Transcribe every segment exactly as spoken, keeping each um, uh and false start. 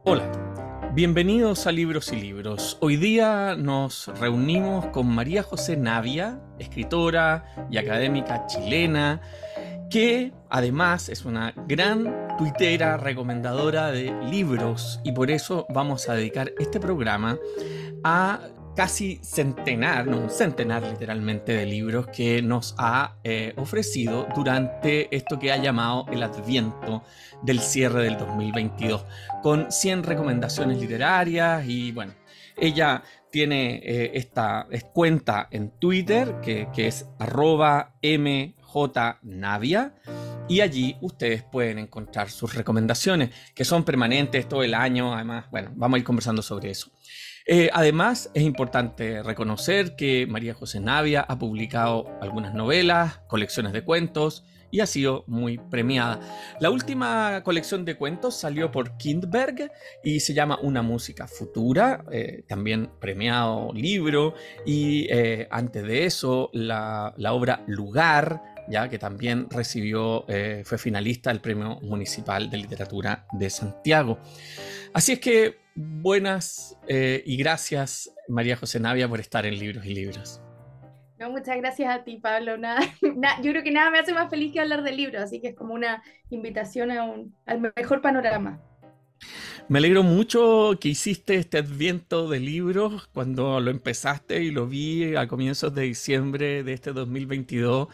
Hola, bienvenidos a Libros y Libros. Hoy día nos reunimos con María José Navia, escritora y académica chilena, que además es una gran tuitera recomendadora de libros, y por eso vamos a dedicar este programa a casi centenar, no, un centenar literalmente de libros que nos ha eh, ofrecido durante esto que ha llamado el Adviento del cierre del dos mil veintidós, con cien recomendaciones literarias. Y bueno, ella tiene eh, esta es cuenta en Twitter que, que es arroba mjnavia, y allí ustedes pueden encontrar sus recomendaciones, que son permanentes todo el año. Además, bueno, vamos a ir conversando sobre eso. Eh, además, es importante reconocer que María José Navia ha publicado algunas novelas, colecciones de cuentos, y ha sido muy premiada. La última colección de cuentos salió por Kindberg y se llama Una música futura, eh, también premiado libro. Y eh, antes de eso, la, la obra Lugar, ya que también recibió, eh, fue finalista del Premio Municipal de Literatura de Santiago. Así es que buenas eh, y gracias, María José Navia, por estar en Libros y Libros. No, muchas gracias a ti, Pablo. Nada, na- yo creo que nada me hace más feliz que hablar de libros, así que es como una invitación a un, al mejor panorama. Me alegro mucho que hiciste este adviento de libros cuando lo empezaste y lo vi a comienzos de diciembre de este dos mil veintidós.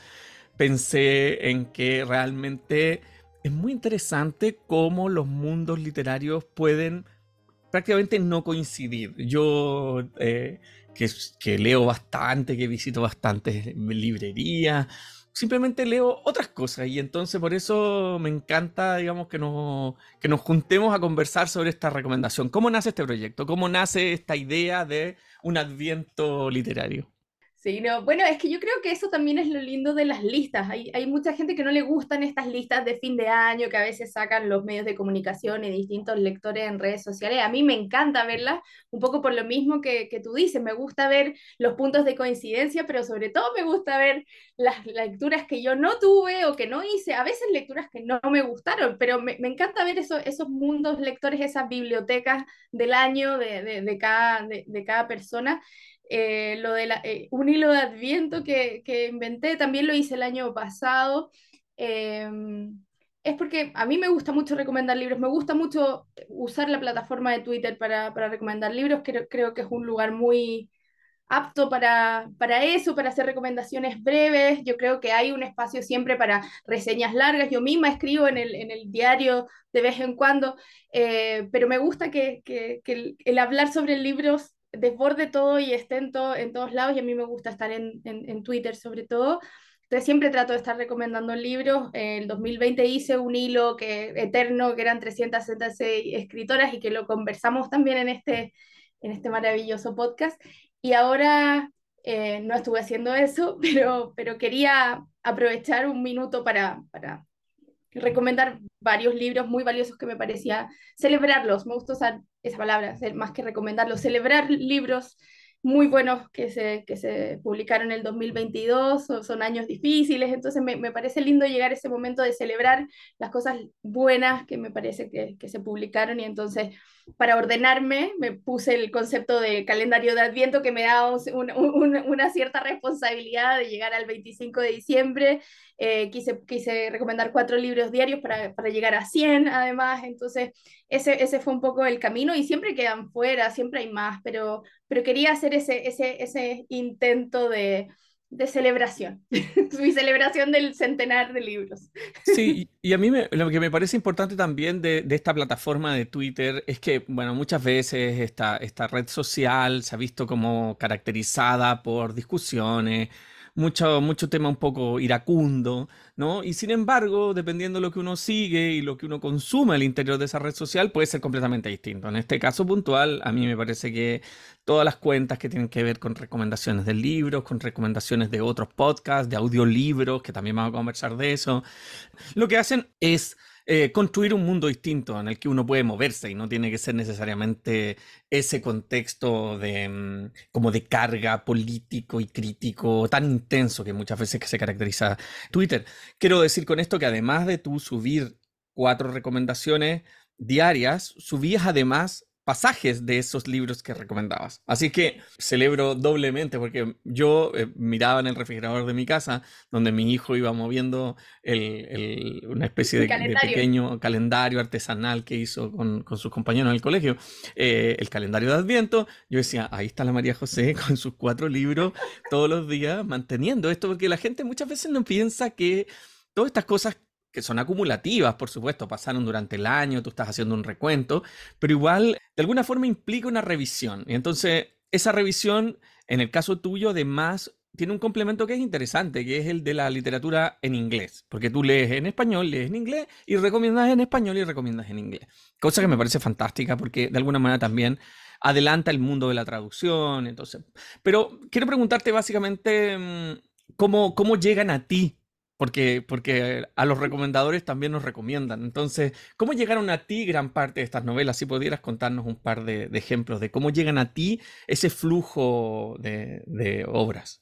Pensé en que realmente es muy interesante cómo los mundos literarios pueden prácticamente no coincidir. Yo eh, que, que leo bastante, que visito bastantes librerías, simplemente leo otras cosas, y entonces por eso me encanta, digamos, que nos, que nos juntemos a conversar sobre esta recomendación. ¿Cómo nace este proyecto? ¿Cómo nace esta idea de un adviento literario? Sí, no, bueno, es que yo creo que eso también es lo lindo de las listas. Hay, hay mucha gente que no le gustan estas listas de fin de año que a veces sacan los medios de comunicación y distintos lectores en redes sociales. A mí me encanta verlas, un poco por lo mismo que, que tú dices. Me gusta ver los puntos de coincidencia, pero sobre todo me gusta ver las lecturas que yo no tuve o que no hice. A veces lecturas que no me gustaron, pero me, me encanta ver eso, esos mundos lectores, esas bibliotecas del año de, de, de cada, de, de cada persona. Eh, lo de la, eh, un hilo de Adviento que, que inventé, también lo hice el año pasado. Eh, es porque a mí me gusta mucho recomendar libros, me gusta mucho usar la plataforma de Twitter para, para recomendar libros. Creo, creo que es un lugar muy apto para, para eso, para hacer recomendaciones breves. Yo creo que hay un espacio siempre para reseñas largas. Yo misma escribo en el, en el diario de vez en cuando, eh, pero me gusta que, que, que el, el, hablar sobre libros desborde todo y esté en, to en todos lados, y a mí me gusta estar en, en, en Twitter sobre todo. Entonces siempre trato de estar recomendando libros. En el dos mil veinte hice un hilo que, eterno, que eran trescientas setenta y seis escritoras, y que lo conversamos también en este, en este maravilloso podcast. Y ahora eh, no estuve haciendo eso, pero, pero quería aprovechar un minuto para, para recomendar varios libros muy valiosos que me parecía celebrarlos. Me gusta usar esa palabra, más que recomendarlos, celebrar libros muy buenos que se, que se publicaron en el dos mil veintidós. Son, son años difíciles, entonces me, me, parece lindo llegar a ese momento de celebrar las cosas buenas que me parece que, que se publicaron. Y entonces, para ordenarme, me puse el concepto de calendario de Adviento, que me da un, un, una cierta responsabilidad de llegar al veinticinco de diciembre. Eh, quise, quise recomendar cuatro libros diarios para, para llegar a cien, además. Entonces, ese, ese fue un poco el camino, y siempre quedan fuera, siempre hay más, pero, pero quería hacer ese, ese, ese intento de, de celebración, mi celebración del centenar de libros. Sí, y y a mí me- lo que me parece importante también de, de esta plataforma de Twitter es que, bueno, muchas veces esta, esta red social se ha visto como caracterizada por discusiones, mucho, mucho tema un poco iracundo, ¿no? Y sin embargo, dependiendo de lo que uno sigue y lo que uno consume al interior de esa red social, puede ser completamente distinto. En este caso puntual, a mí me parece que todas las cuentas que tienen que ver con recomendaciones de libros, con recomendaciones de otros podcasts, de audiolibros, que también vamos a conversar de eso, lo que hacen es eh, construir un mundo distinto en el que uno puede moverse y no tiene que ser necesariamente ese contexto de mm, como de carga político y crítico tan intenso que muchas veces que se caracteriza Twitter. Quiero decir con esto que además de tú subir cuatro recomendaciones, diarias, subías además pasajes de esos libros que recomendabas. Así que celebro doblemente porque yo eh, miraba en el refrigerador de mi casa donde mi hijo iba moviendo el, el, una especie El de, de, calendario. pequeño calendario artesanal que hizo con, con sus compañeros en el colegio, eh, el calendario de Adviento. Yo decía, ahí está la María José con sus cuatro libros todos los días manteniendo esto, porque la gente muchas veces no piensa que todas estas cosas que son acumulativas, por supuesto, pasaron durante el año, tú estás haciendo un recuento, pero igual de alguna forma implica una revisión. Y entonces, esa revisión, en el caso tuyo, además, tiene un complemento que es interesante, que es el de la literatura en inglés, porque tú lees en español, lees en inglés y recomiendas en español y recomiendas en inglés. Cosa que me parece fantástica porque de alguna manera también adelanta el mundo de la traducción. Entonces, pero quiero preguntarte básicamente mm, cómo, cómo llegan a ti porque, porque a los recomendadores también nos recomiendan. Entonces, ¿cómo llegaron a ti gran parte de estas novelas? Si pudieras contarnos un par de, de ejemplos de cómo llegan a ti ese flujo de, de obras.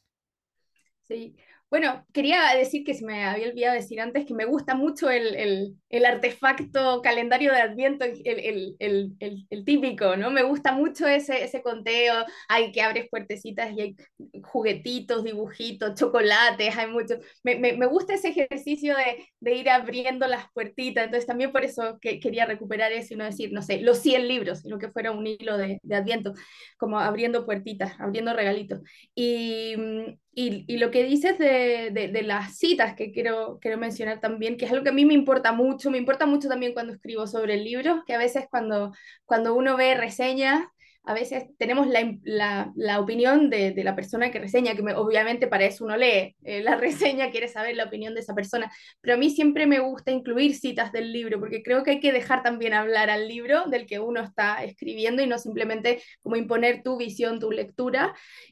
Sí. Bueno, quería decir que se me había olvidado decir antes que me gusta mucho el, el, el artefacto calendario de Adviento, el, el, el, el, el típico, ¿no? Me gusta mucho ese, ese conteo, hay que abres puertecitas y hay juguetitos, dibujitos, chocolates, hay mucho. Me, me, me gusta ese ejercicio de, de ir abriendo las puertitas, entonces también por eso que quería recuperar eso y no decir, no sé, los cien libros, sino que fuera un hilo de, de Adviento, como abriendo puertitas, abriendo regalitos. Y, y, y lo que dices de, de, de, las citas que quiero, quiero mencionar también, que es algo que a mí me importa mucho, me importa mucho también cuando escribo sobre el libro, que a veces cuando, cuando uno ve reseñas, a veces tenemos la, la, la opinión de, de, la persona que reseña, que me, obviamente para eso uno lee eh, la reseña, quiere saber la opinión de esa persona, pero a mí siempre me gusta incluir citas del libro, porque creo que hay que dejar también hablar al libro del que uno está escribiendo y no simplemente como imponer tu visión, tu lectura,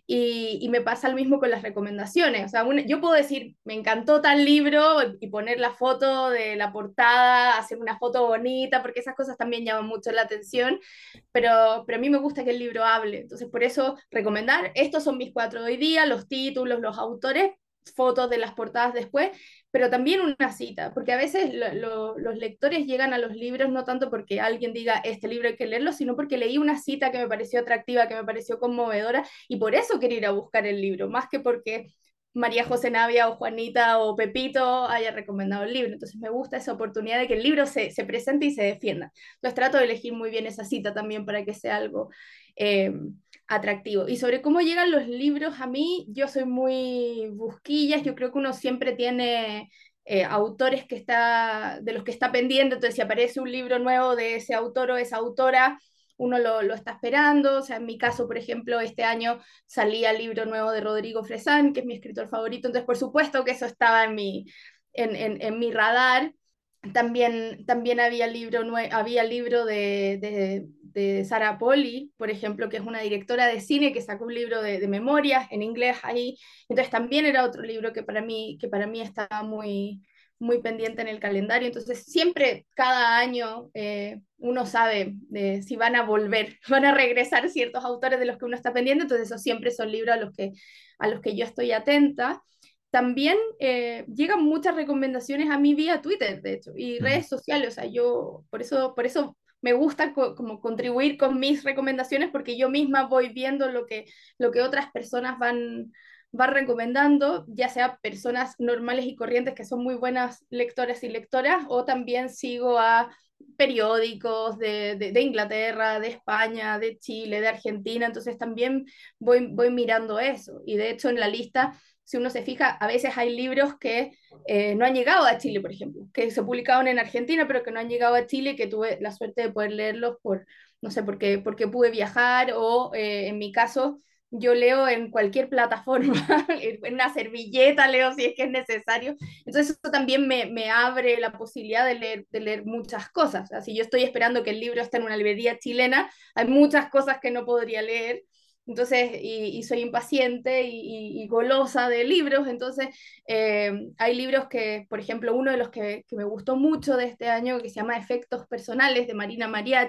y, y me pasa lo mismo con las recomendaciones, o sea, una, yo puedo decir, me encantó tal libro y poner la foto de la portada, hacer una foto bonita, porque esas cosas también llaman mucho la atención, pero, pero a mí me gusta que el libro hable. Entonces, por eso recomendar, estos son mis cuatro de hoy día, los títulos, los autores, fotos de las portadas después, pero también una cita, porque a veces lo, lo, los lectores llegan a los libros no tanto porque alguien diga este libro hay que leerlo, sino porque leí una cita que me pareció atractiva, que me pareció conmovedora, y por eso quería ir a buscar el libro, más que porque María José Navia o Juanita o Pepito haya recomendado el libro. Entonces me gusta esa oportunidad de que el libro se, se presente y se defienda. Entonces trato de elegir muy bien esa cita también para que sea algo eh, atractivo. Y sobre cómo llegan los libros a mí, yo soy muy busquillas, yo creo que uno siempre tiene eh, autores que está, de los que está pendiente, entonces si aparece un libro nuevo de ese autor o esa autora, uno lo, lo, está esperando, o sea, en mi caso, por ejemplo, este año salía el libro nuevo de Rodrigo Fresán, que es mi escritor favorito, entonces por supuesto que eso estaba en mi, en, en, en mi radar. También, también había libro, nue había libro de, de, de Sara Poli, por ejemplo, que es una directora de cine que sacó un libro de, de memorias en inglés ahí, entonces también era otro libro que para mí, que para mí estaba muy, muy pendiente en el calendario, entonces siempre, cada año, eh, uno sabe de si van a volver, van a regresar ciertos autores de los que uno está pendiente, entonces esos siempre son libros a los que, a los que yo estoy atenta. También eh, llegan muchas recomendaciones a mí vía Twitter, de hecho, y Mm. redes sociales, o sea, yo por eso, por eso me gusta co como contribuir con mis recomendaciones, porque yo misma voy viendo lo que, lo que otras personas van, va recomendando, ya sea personas normales y corrientes que son muy buenas lectoras y lectoras, o también sigo a periódicos de, de, de Inglaterra, de España, de Chile, de Argentina, entonces también voy, voy mirando eso. Y de hecho en la lista, si uno se fija, a veces hay libros que eh, no han llegado a Chile, por ejemplo, que se publicaron en Argentina, pero que no han llegado a Chile, que tuve la suerte de poder leerlos por, no sé, porque, porque pude viajar o eh, en mi caso yo leo en cualquier plataforma, en una servilleta leo si es que es necesario. Entonces eso también me, me abre la posibilidad de leer, de leer muchas cosas. O sea, si yo estoy esperando que el libro esté en una librería chilena, hay muchas cosas que no podría leer. Entonces, y, y soy impaciente y, y, y, golosa de libros, entonces eh, hay libros que, por ejemplo, uno de los que, que, me gustó mucho de este año, que se llama Efectos Personales, de Marina Mariach,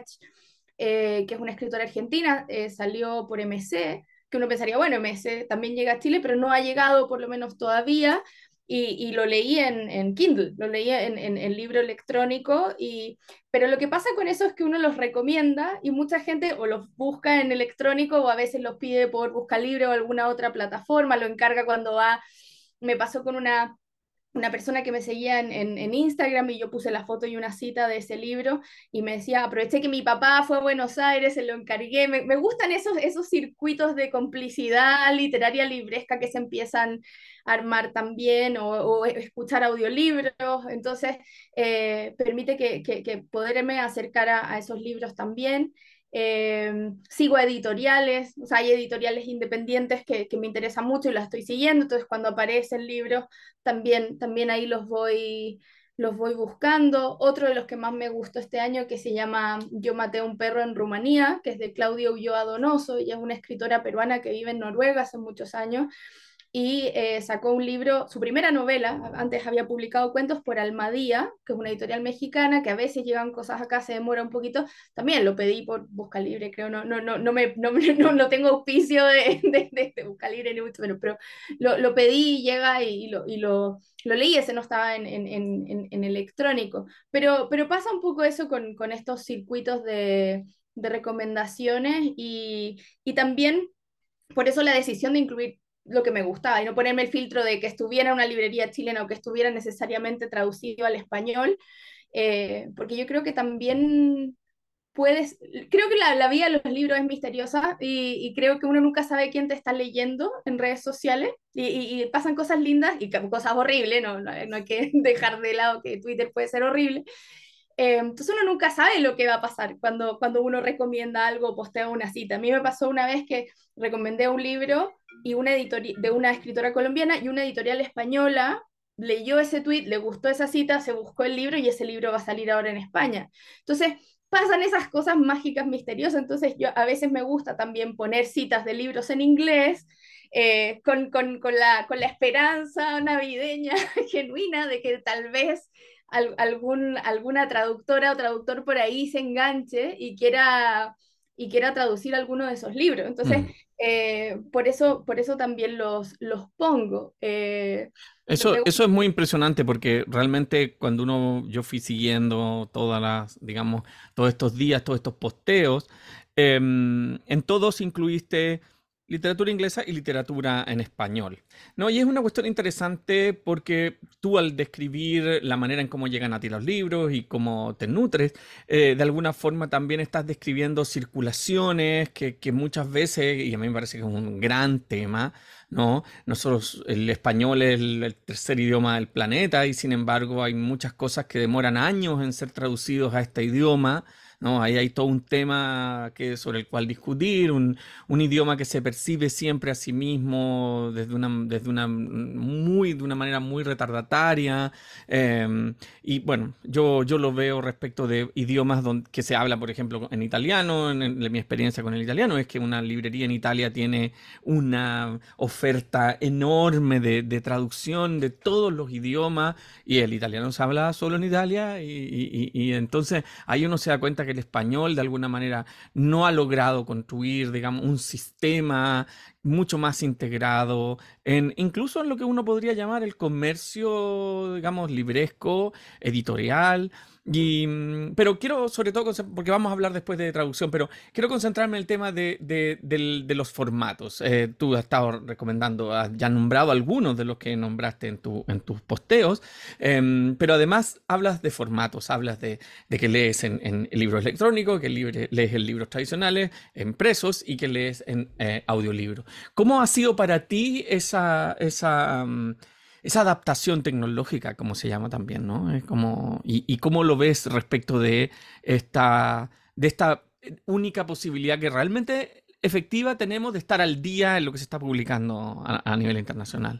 eh, que es una escritora argentina, eh, salió por M C, que uno pensaría, bueno, M S también llega a Chile, pero no ha llegado por lo menos todavía, y, y lo leí en, en Kindle, lo leí en, en, en libro electrónico, y, pero lo que pasa con eso es que uno los recomienda y mucha gente o los busca en electrónico o a veces los pide por Buscalibre o alguna otra plataforma, lo encarga cuando va, me pasó con una una persona que me seguía en, en, en, Instagram y yo puse la foto y una cita de ese libro y me decía, aproveché que mi papá fue a Buenos Aires, se lo encargué. Me, me gustan esos, esos circuitos de complicidad literaria libresca que se empiezan a armar también o, o escuchar audiolibros. Entonces, eh, permite que, que, que poderme acercar a, a esos libros también. Eh, sigo editoriales, o sea, hay editoriales independientes que, que me interesan mucho y las estoy siguiendo, entonces cuando aparecen libros también, también ahí los voy, los voy buscando. Otro de los que más me gustó este año que se llama Yo maté a un perro en Rumanía, que es de Claudia Ulloa Donoso, ella es una escritora peruana que vive en Noruega hace muchos años y eh, sacó un libro, su primera novela, antes había publicado cuentos por Almadía, que es una editorial mexicana, que a veces llegan cosas acá, se demora un poquito, también lo pedí por Buscalibre, creo, no, no, no, no, me, no, no, no tengo auspicio de, de, de, de Buscalibre ni mucho menos, pero lo, lo pedí y llega y, y, lo, y lo, lo leí, ese no estaba en, en, en, en electrónico, pero, pero pasa un poco eso con, con estos circuitos de, de recomendaciones y, y también por eso la decisión de incluir lo que me gustaba y no ponerme el filtro de que estuviera en una librería chilena o que estuviera necesariamente traducido al español, eh, porque yo creo que también puedes, creo que la, la vida de los libros es misteriosa y, y, creo que uno nunca sabe quién te está leyendo en redes sociales y, y, y pasan cosas lindas y cosas horribles, no, no, no hay que dejar de lado que Twitter puede ser horrible. Eh, entonces uno nunca sabe lo que va a pasar cuando, cuando uno recomienda algo o postea una cita. A mí me pasó una vez que recomendé un libro y una de una escritora colombiana y una editorial española leyó ese tweet, le gustó esa cita, se buscó el libro y ese libro va a salir ahora en España. Entonces pasan esas cosas mágicas, misteriosas. Entonces yo a veces me gusta también poner citas de libros en inglés. Eh, con, con, con, la, con la esperanza navideña genuina de que tal vez al, algún, alguna traductora o traductor por ahí se enganche y quiera, y quiera traducir alguno de esos libros. Entonces, Mm. eh, por, eso, por eso también los, los pongo. Eh, me, Eso, me eso es muy impresionante porque realmente cuando uno, yo fui siguiendo todas las, digamos, todos estos días, todos estos posteos, eh, en todos incluiste literatura inglesa y literatura en español, ¿no? Y es una cuestión interesante porque tú al describir la manera en cómo llegan a ti los libros y cómo te nutres, eh, de alguna forma también estás describiendo circulaciones que, que muchas veces, y a mí me parece que es un gran tema, ¿no? Nosotros, el español es el, el tercer idioma del planeta y sin embargo hay muchas cosas que demoran años en ser traducidos a este idioma, ¿no? Ahí hay todo un tema que, sobre el cual discutir, un, un idioma que se percibe siempre a sí mismo desde una, desde una, muy, de una manera muy retardataria. Eh, y bueno, yo, yo lo veo respecto de idiomas donde, que se habla, por ejemplo, en italiano. En, en mi experiencia con el italiano es que una librería en Italia tiene una oferta enorme de, de traducción de todos los idiomas y el italiano se habla solo en Italia y, y, y entonces ahí uno se da cuenta que el español de alguna manera no ha logrado construir, digamos, un sistema mucho más integrado, en, incluso en lo que uno podría llamar el comercio, digamos, libresco, editorial. Y, mm, pero quiero, sobre todo, porque vamos a hablar después de traducción, pero quiero concentrarme en el tema de, de, del- de los formatos. Eh, tú has estado recomendando, has ya nombrado algunos de los que nombraste en, tu, en tus posteos, em, pero además hablas de formatos, hablas de, de que lees en, en libros electrónicos, que libre- lees en libros tradicionales, impresos y que lees en eh, audiolibro. ¿Cómo ha sido para ti esa, esa, mm, esa adaptación tecnológica, como se llama también, ¿no? Es como, y, y cómo lo ves respecto de esta, de esta única posibilidad que realmente efectiva tenemos de estar al día en lo que se está publicando a, a nivel internacional?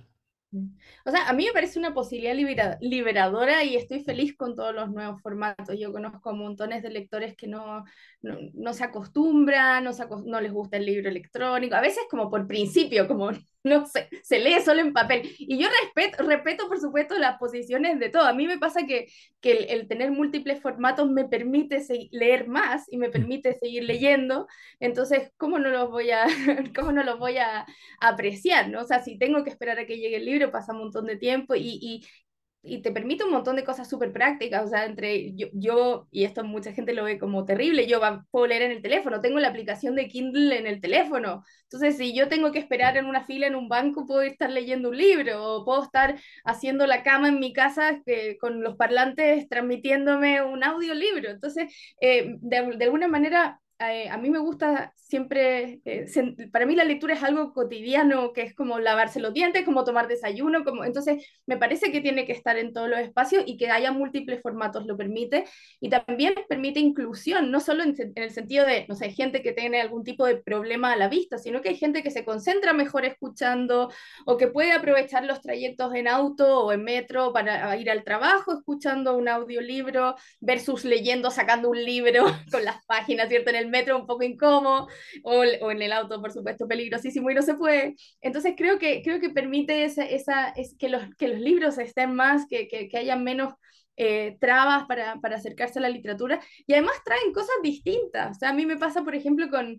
O sea, a mí me parece una posibilidad libera- liberadora y estoy feliz con todos los nuevos formatos. Yo conozco a montones de lectores que no, no, no se acostumbran, no, se acos- no les gusta el libro electrónico, a veces como por principio, como no sé, se lee solo en papel. Y yo respeto, respeto, por supuesto, las posiciones de todo. A mí me pasa que, que el, el tener múltiples formatos me permite leer más y me permite seguir leyendo. Entonces, ¿cómo no los voy a, cómo no los voy a, a apreciar, ¿no? O sea, si tengo que esperar a que llegue el libro, pasa un montón de tiempo y, y, y te permite un montón de cosas súper prácticas, o sea, entre yo, yo, y esto mucha gente lo ve como terrible, yo va, puedo leer en el teléfono, tengo la aplicación de Kindle en el teléfono, entonces si yo tengo que esperar en una fila en un banco, puedo estar leyendo un libro, o puedo estar haciendo la cama en mi casa eh, con los parlantes transmitiéndome un audiolibro, entonces, eh, de, de alguna manera eh, a mí me gusta siempre, eh, sen- para mí la lectura es algo cotidiano, que es como lavarse los dientes, como tomar desayuno, como, entonces me parece que tiene que estar en todos los espacios y que haya múltiples formatos lo permite. Y también permite inclusión, no solo en, en el sentido de, no sé, gente que tiene algún tipo de problema a la vista, sino que hay gente que se concentra mejor escuchando o que puede aprovechar los trayectos en auto o en metro para ir al trabajo escuchando un audiolibro versus leyendo, sacando un libro con las páginas, ¿cierto? En el metro un poco incómodo o, o en el auto, por supuesto, peligrosísimo y no se puede. Entonces creo que, creo que permite esa, esa, es que, los, que los libros estén más, que, que, que haya menos eh, trabas para, para acercarse a la literatura y además traen cosas distintas. O sea, a mí me pasa, por ejemplo, con,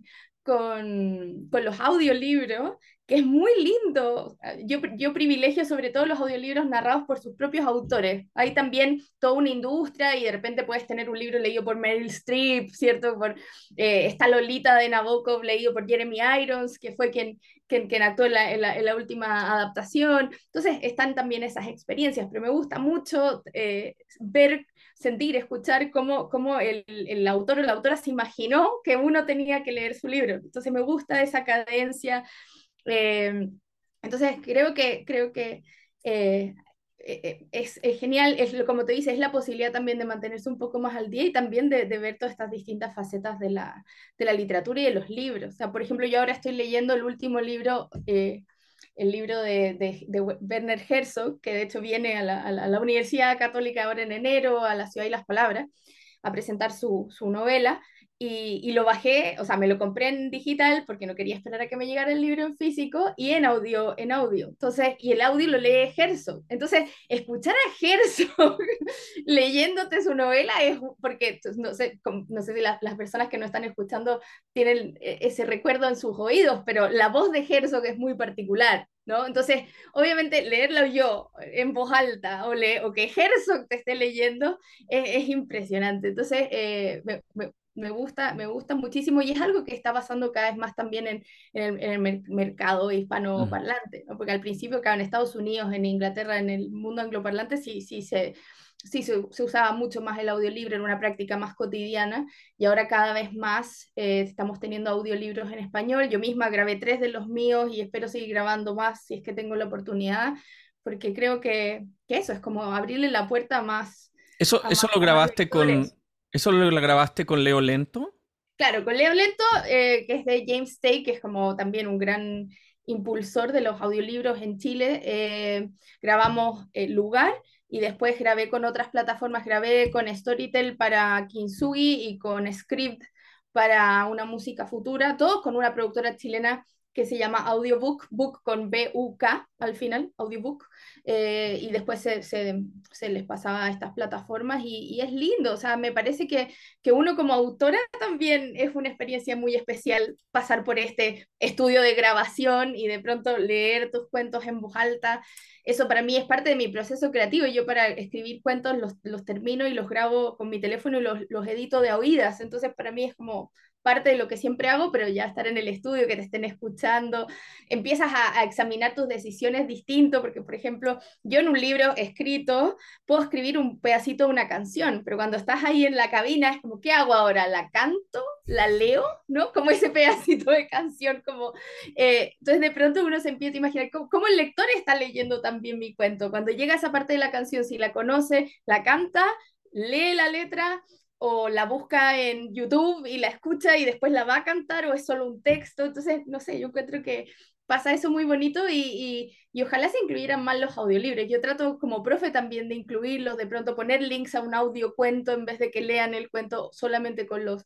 con, con los audiolibros, que es muy lindo. Yo, yo privilegio sobre todo los audiolibros narrados por sus propios autores. Hay también toda una industria y de repente puedes tener un libro leído por Meryl Streep, ¿cierto? Por, eh, está Lolita de Nabokov leído por Jeremy Irons, que fue quien, quien, quien actuó en la, en, la, en la, última adaptación. Entonces están también esas experiencias, pero me gusta mucho eh, ver, sentir, escuchar cómo, cómo el, el, autor o la autora se imaginó que uno tenía que leer su libro. Entonces me gusta esa cadencia. Eh, entonces creo que, creo que eh, eh, es, es, genial, es como te dice, es la posibilidad también de mantenerse un poco más al día y también de, de ver todas estas distintas facetas de la, de la literatura y de los libros. O sea, por ejemplo, yo ahora estoy leyendo el último libro, eh, el libro de, de, de, Werner Herzog, que de hecho viene a la, a la, a la Universidad Católica ahora en enero, a La Ciudad y las Palabras, a presentar su, su novela. Y, y, lo bajé, o sea, me lo compré en digital porque no quería esperar a que me llegara el libro en físico y en audio, en audio. Entonces, y el audio lo lee Herzog. Entonces, escuchar a Herzog leyéndote su novela es porque no sé, no sé si la, las personas que no están escuchando tienen ese recuerdo en sus oídos, pero la voz de Herzog es muy particular. ¿No? Entonces, obviamente, leerlo yo en voz alta o, le, o que Herzog te esté leyendo es, es impresionante. Entonces, eh, me, me, me, gusta, me gusta muchísimo y es algo que está pasando cada vez más también en, en el, en el mer mercado hispanoparlante, ¿no? Porque al principio, claro, en Estados Unidos, en Inglaterra, en el mundo angloparlante, sí, sí se sí se, se, usaba mucho más el audiolibro en una práctica más cotidiana y ahora cada vez más eh, estamos teniendo audiolibros en español. Yo misma grabé tres de los míos y espero seguir grabando más si es que tengo la oportunidad, porque creo que, que eso es como abrirle la puerta a más, ¿Eso, a más, eso lo a más grabaste con, lectores. eso lo grabaste con Leo Lento? Claro, con Leo Lento, eh, que es de James Tay, que es como también un gran impulsor de los audiolibros en Chile, eh, grabamos eh, Lugar y después grabé con otras plataformas, grabé con Storytel para Kintsugi y con Script para una música futura, todos con una productora chilena que se llama Audiobook, book con B U K al final, Audiobook, eh, y después se, se, se, les pasaba a estas plataformas y, y es lindo, o sea, me parece que, que uno como autora también es una experiencia muy especial pasar por este estudio de grabación y de pronto leer tus cuentos en voz alta. Eso para mí es parte de mi proceso creativo. Yo para escribir cuentos los, los termino y los grabo con mi teléfono y los, los edito de a oídas. Entonces para mí es como parte de lo que siempre hago, pero ya estar en el estudio, que te estén escuchando, empiezas a, a examinar tus decisiones distinto, porque por ejemplo, yo en un libro escrito puedo escribir un pedacito de una canción, pero cuando estás ahí en la cabina es como, ¿qué hago ahora? ¿La canto? ¿La leo? ¿No? Como ese pedacito de canción, como... Eh, entonces de pronto uno se empieza a imaginar cómo, cómo el lector está leyendo también mi cuento. Cuando llega esa parte de la canción, si la conoce, la canta, lee la letra o la busca en YouTube y la escucha y después la va a cantar o es solo un texto. Entonces, no sé, yo encuentro que pasa eso muy bonito y, y, y, ojalá se incluyeran más los audiolibros. Yo trato como profe también de incluirlos, de pronto poner links a un audio cuento en vez de que lean el cuento solamente con los,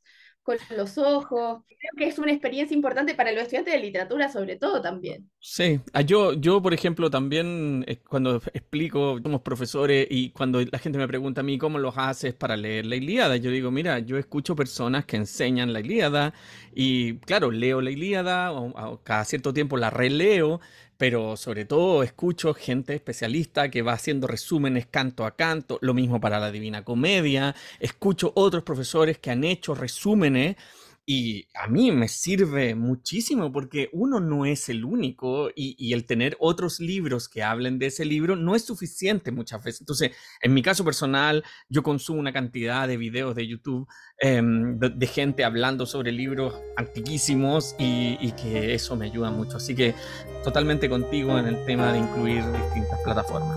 con los ojos. Creo que es una experiencia importante para los estudiantes de literatura, sobre todo también. Sí, ah, yo, yo por ejemplo también eh, cuando explico, somos profesores y cuando la gente me pregunta a mí cómo los haces para leer la Ilíada, yo digo, mira, yo escucho personas que enseñan la Ilíada y claro, leo la Ilíada, o, o cada cierto tiempo la releo, pero sobre todo escucho gente especialista que va haciendo resúmenes canto a canto, lo mismo para la Divina Comedia, escucho otros profesores que han hecho resúmenes. Y a mí me sirve muchísimo porque uno no es el único y, y el tener otros libros que hablen de ese libro no es suficiente muchas veces. Entonces, en mi caso personal, yo consumo una cantidad de videos de YouTube eh, de, de, gente hablando sobre libros antiquísimos y, y que eso me ayuda mucho. Así que totalmente contigo en el tema de incluir distintas plataformas.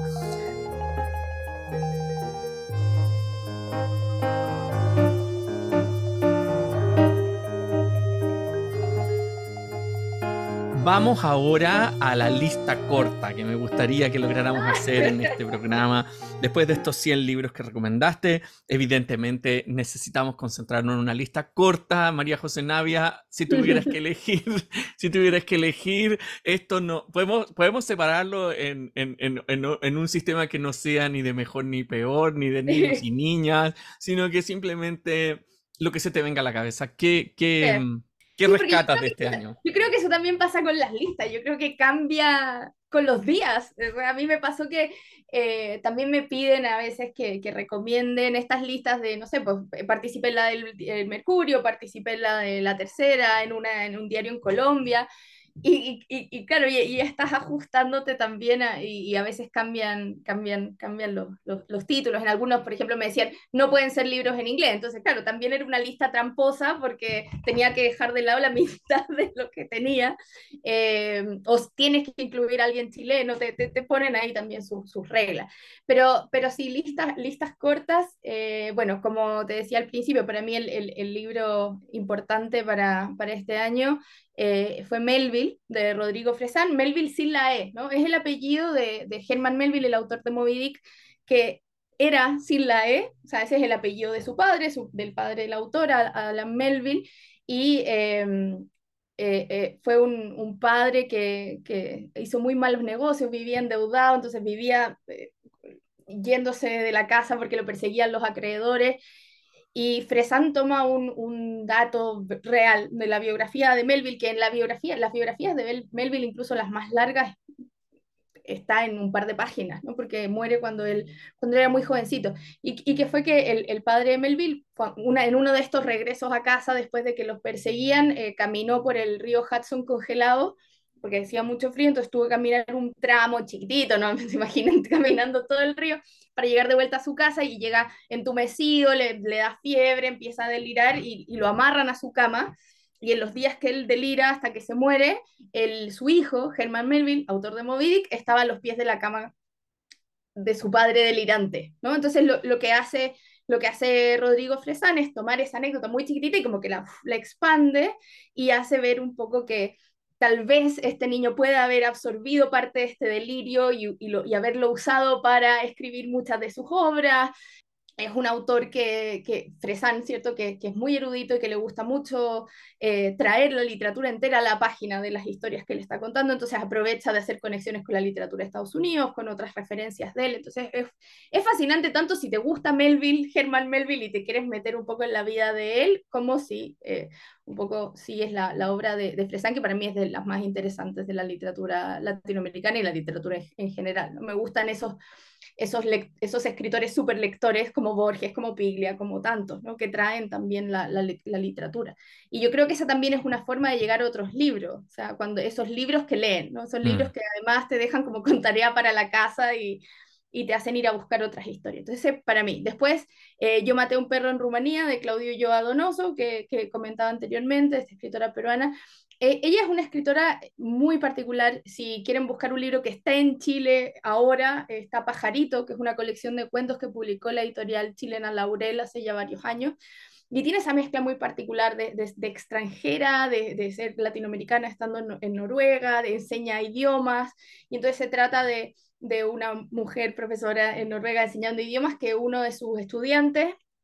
Vamos ahora a la lista corta que me gustaría que lográramos hacer en este programa. Después de estos cien libros que recomendaste, evidentemente necesitamos concentrarnos en una lista corta. María José Navia, si tuvieras que elegir, si tuvieras que elegir, esto no, podemos, podemos separarlo en, en, en, en un sistema que no sea ni de mejor ni peor, ni de niños y niñas, sino que simplemente lo que se te venga a la cabeza. ¿Qué, qué, qué Sí, porque yo rescatas creo de que, este año? yo creo que eso también pasa con las listas. Yo creo que cambia con los días. A mí me pasó que eh, también me piden a veces que, que recomienden estas listas de, no sé, pues participé en la del el Mercurio, participé en la de La Tercera, en, una, en un diario en Colombia. Y, y, y claro, y, y, estás ajustándote también a, y, y, a veces cambian, cambian, cambian los, los, los, títulos. En algunos, por ejemplo, me decían, no pueden ser libros en inglés. Entonces, claro, también era una lista tramposa porque tenía que dejar de lado la mitad de lo que tenía. Eh, o tienes que incluir a alguien chileno, te, te, te ponen ahí también sus, sus reglas. Pero, pero sí, listas, listas cortas, eh, bueno, como te decía al principio, para mí el, el, el libro importante para, para este año eh, fue Melville, de Rodrigo Fresán. Melville sin la E, ¿no? Es el apellido de, de Herman Melville, el autor de Moby Dick, que era sin la E, o sea, ese es el apellido de su padre, su, del padre del autor, Alan Melville, y eh, eh, eh, fue un, un padre que, que, hizo muy malos negocios, vivía endeudado, entonces vivía eh, yéndose de la casa porque lo perseguían los acreedores. Y Fresán toma un, un, dato real de la biografía de Melville, que en la biografía, las biografías de Melville, incluso las más largas, está en un par de páginas, ¿no? Porque muere cuando él, cuando era muy jovencito. Y, y que fue que el, el padre de Melville, una, en uno de estos regresos a casa, después de que los perseguían, eh, caminó por el río Hudson congelado, porque hacía mucho frío, entonces tuvo que caminar un tramo chiquitito, ¿no? Se imaginan caminando todo el río para llegar de vuelta a su casa y llega entumecido, le, le da fiebre, empieza a delirar y, y lo amarran a su cama. Y en los días que él delira hasta que se muere, el, su hijo, Herman Melville, autor de Moby Dick, estaba a los pies de la cama de su padre delirante, ¿no? Entonces lo, lo que hace lo que hace Rodrigo Fresán es tomar esa anécdota muy chiquitita y como que la, la expande y hace ver un poco que tal vez este niño pueda haber absorbido parte de este delirio y, y, lo, y haberlo usado para escribir muchas de sus obras. Es un autor que, que Fresán, ¿cierto? Que, que, es muy erudito y que le gusta mucho eh, traer la literatura entera a la página de las historias que le está contando, entonces aprovecha de hacer conexiones con la literatura de Estados Unidos, con otras referencias de él, entonces es, es fascinante tanto si te gusta Melville, Herman Melville, y te quieres meter un poco en la vida de él, como si eh, un poco sí es la, la obra de, de Fresán, que para mí es de las más interesantes de la literatura latinoamericana y la literatura en, en general, ¿no? Me gustan esos esos, esos escritores super lectores como Borges, como Piglia, como tantos, ¿no? Que traen también la, la, la, literatura. Y yo creo que esa también es una forma de llegar a otros libros, o sea, cuando esos libros que leen, ¿no? Son libros mm. que además te dejan como con tarea para la casa y, y te hacen ir a buscar otras historias. Entonces, para mí. Después, eh, Yo maté a un perro en Rumanía, de Claudio Ulloa Donoso, que, que comentaba anteriormente, esta escritora peruana. Eh, ella es una escritora muy particular. Si quieren buscar un libro que está en Chile ahora, está Pajarito, que es una colección de cuentos que publicó la editorial chilena Laurel hace ya varios años. Y tiene esa mezcla muy particular de, de, de extranjera, de, de, ser latinoamericana estando en, en Noruega, de enseña idiomas. Y entonces se trata de, de una mujer profesora en Noruega enseñando idiomas que uno de sus estudiantes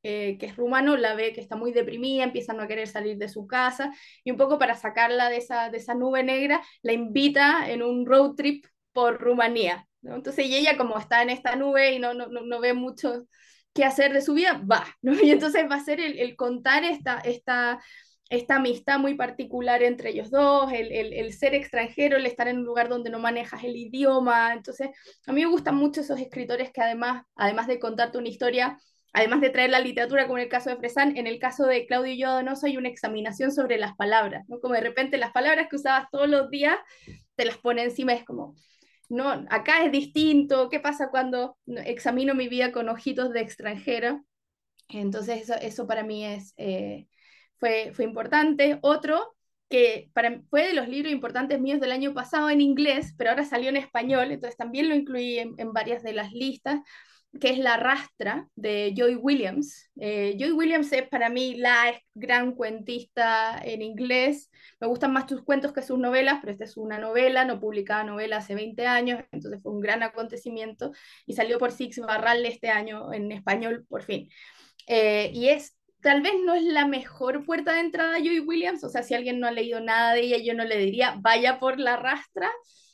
eh, que es rumano, la ve que está muy deprimida, empieza a no querer salir de su casa, y un poco para sacarla de esa, de esa nube negra, la invita en un road trip por Rumanía, ¿no? Entonces, y ella como está en esta nube y no, no, no, no ve mucho qué hacer de su vida, va, ¿no? Y entonces va a ser el, el contar esta, esta, esta amistad muy particular entre ellos dos, el, el, el, ser extranjero, el estar en un lugar donde no manejas el idioma. Entonces, a mí me gustan mucho esos escritores que además, además de contarte una historia, además de traer la literatura, como en el caso de Fresán, en el caso de Claudio y yo Donoso hay una examinación sobre las palabras, ¿no? Como de repente las palabras que usabas todos los días te las pone encima, es como, no, acá es distinto, ¿qué pasa cuando examino mi vida con ojitos de extranjera? Entonces eso, eso para mí es, eh, fue, fue importante. Otro que para, fue de los libros importantes míos del año pasado en inglés, pero ahora salió en español, entonces también lo incluí en, en varias de las listas, que es La Rastra de Joy Williams. Eh, Joy Williams es para mí la gran cuentista en inglés. Me gustan más sus cuentos que sus novelas, pero esta es una novela, no publicaba novela hace veinte años, entonces fue un gran acontecimiento y salió por Six Barral este año en español por fin. Eh, y es, tal vez no es la mejor puerta de entrada a Joy Williams, o sea, si alguien no ha leído nada de ella, yo no le diría vaya por La Rastra,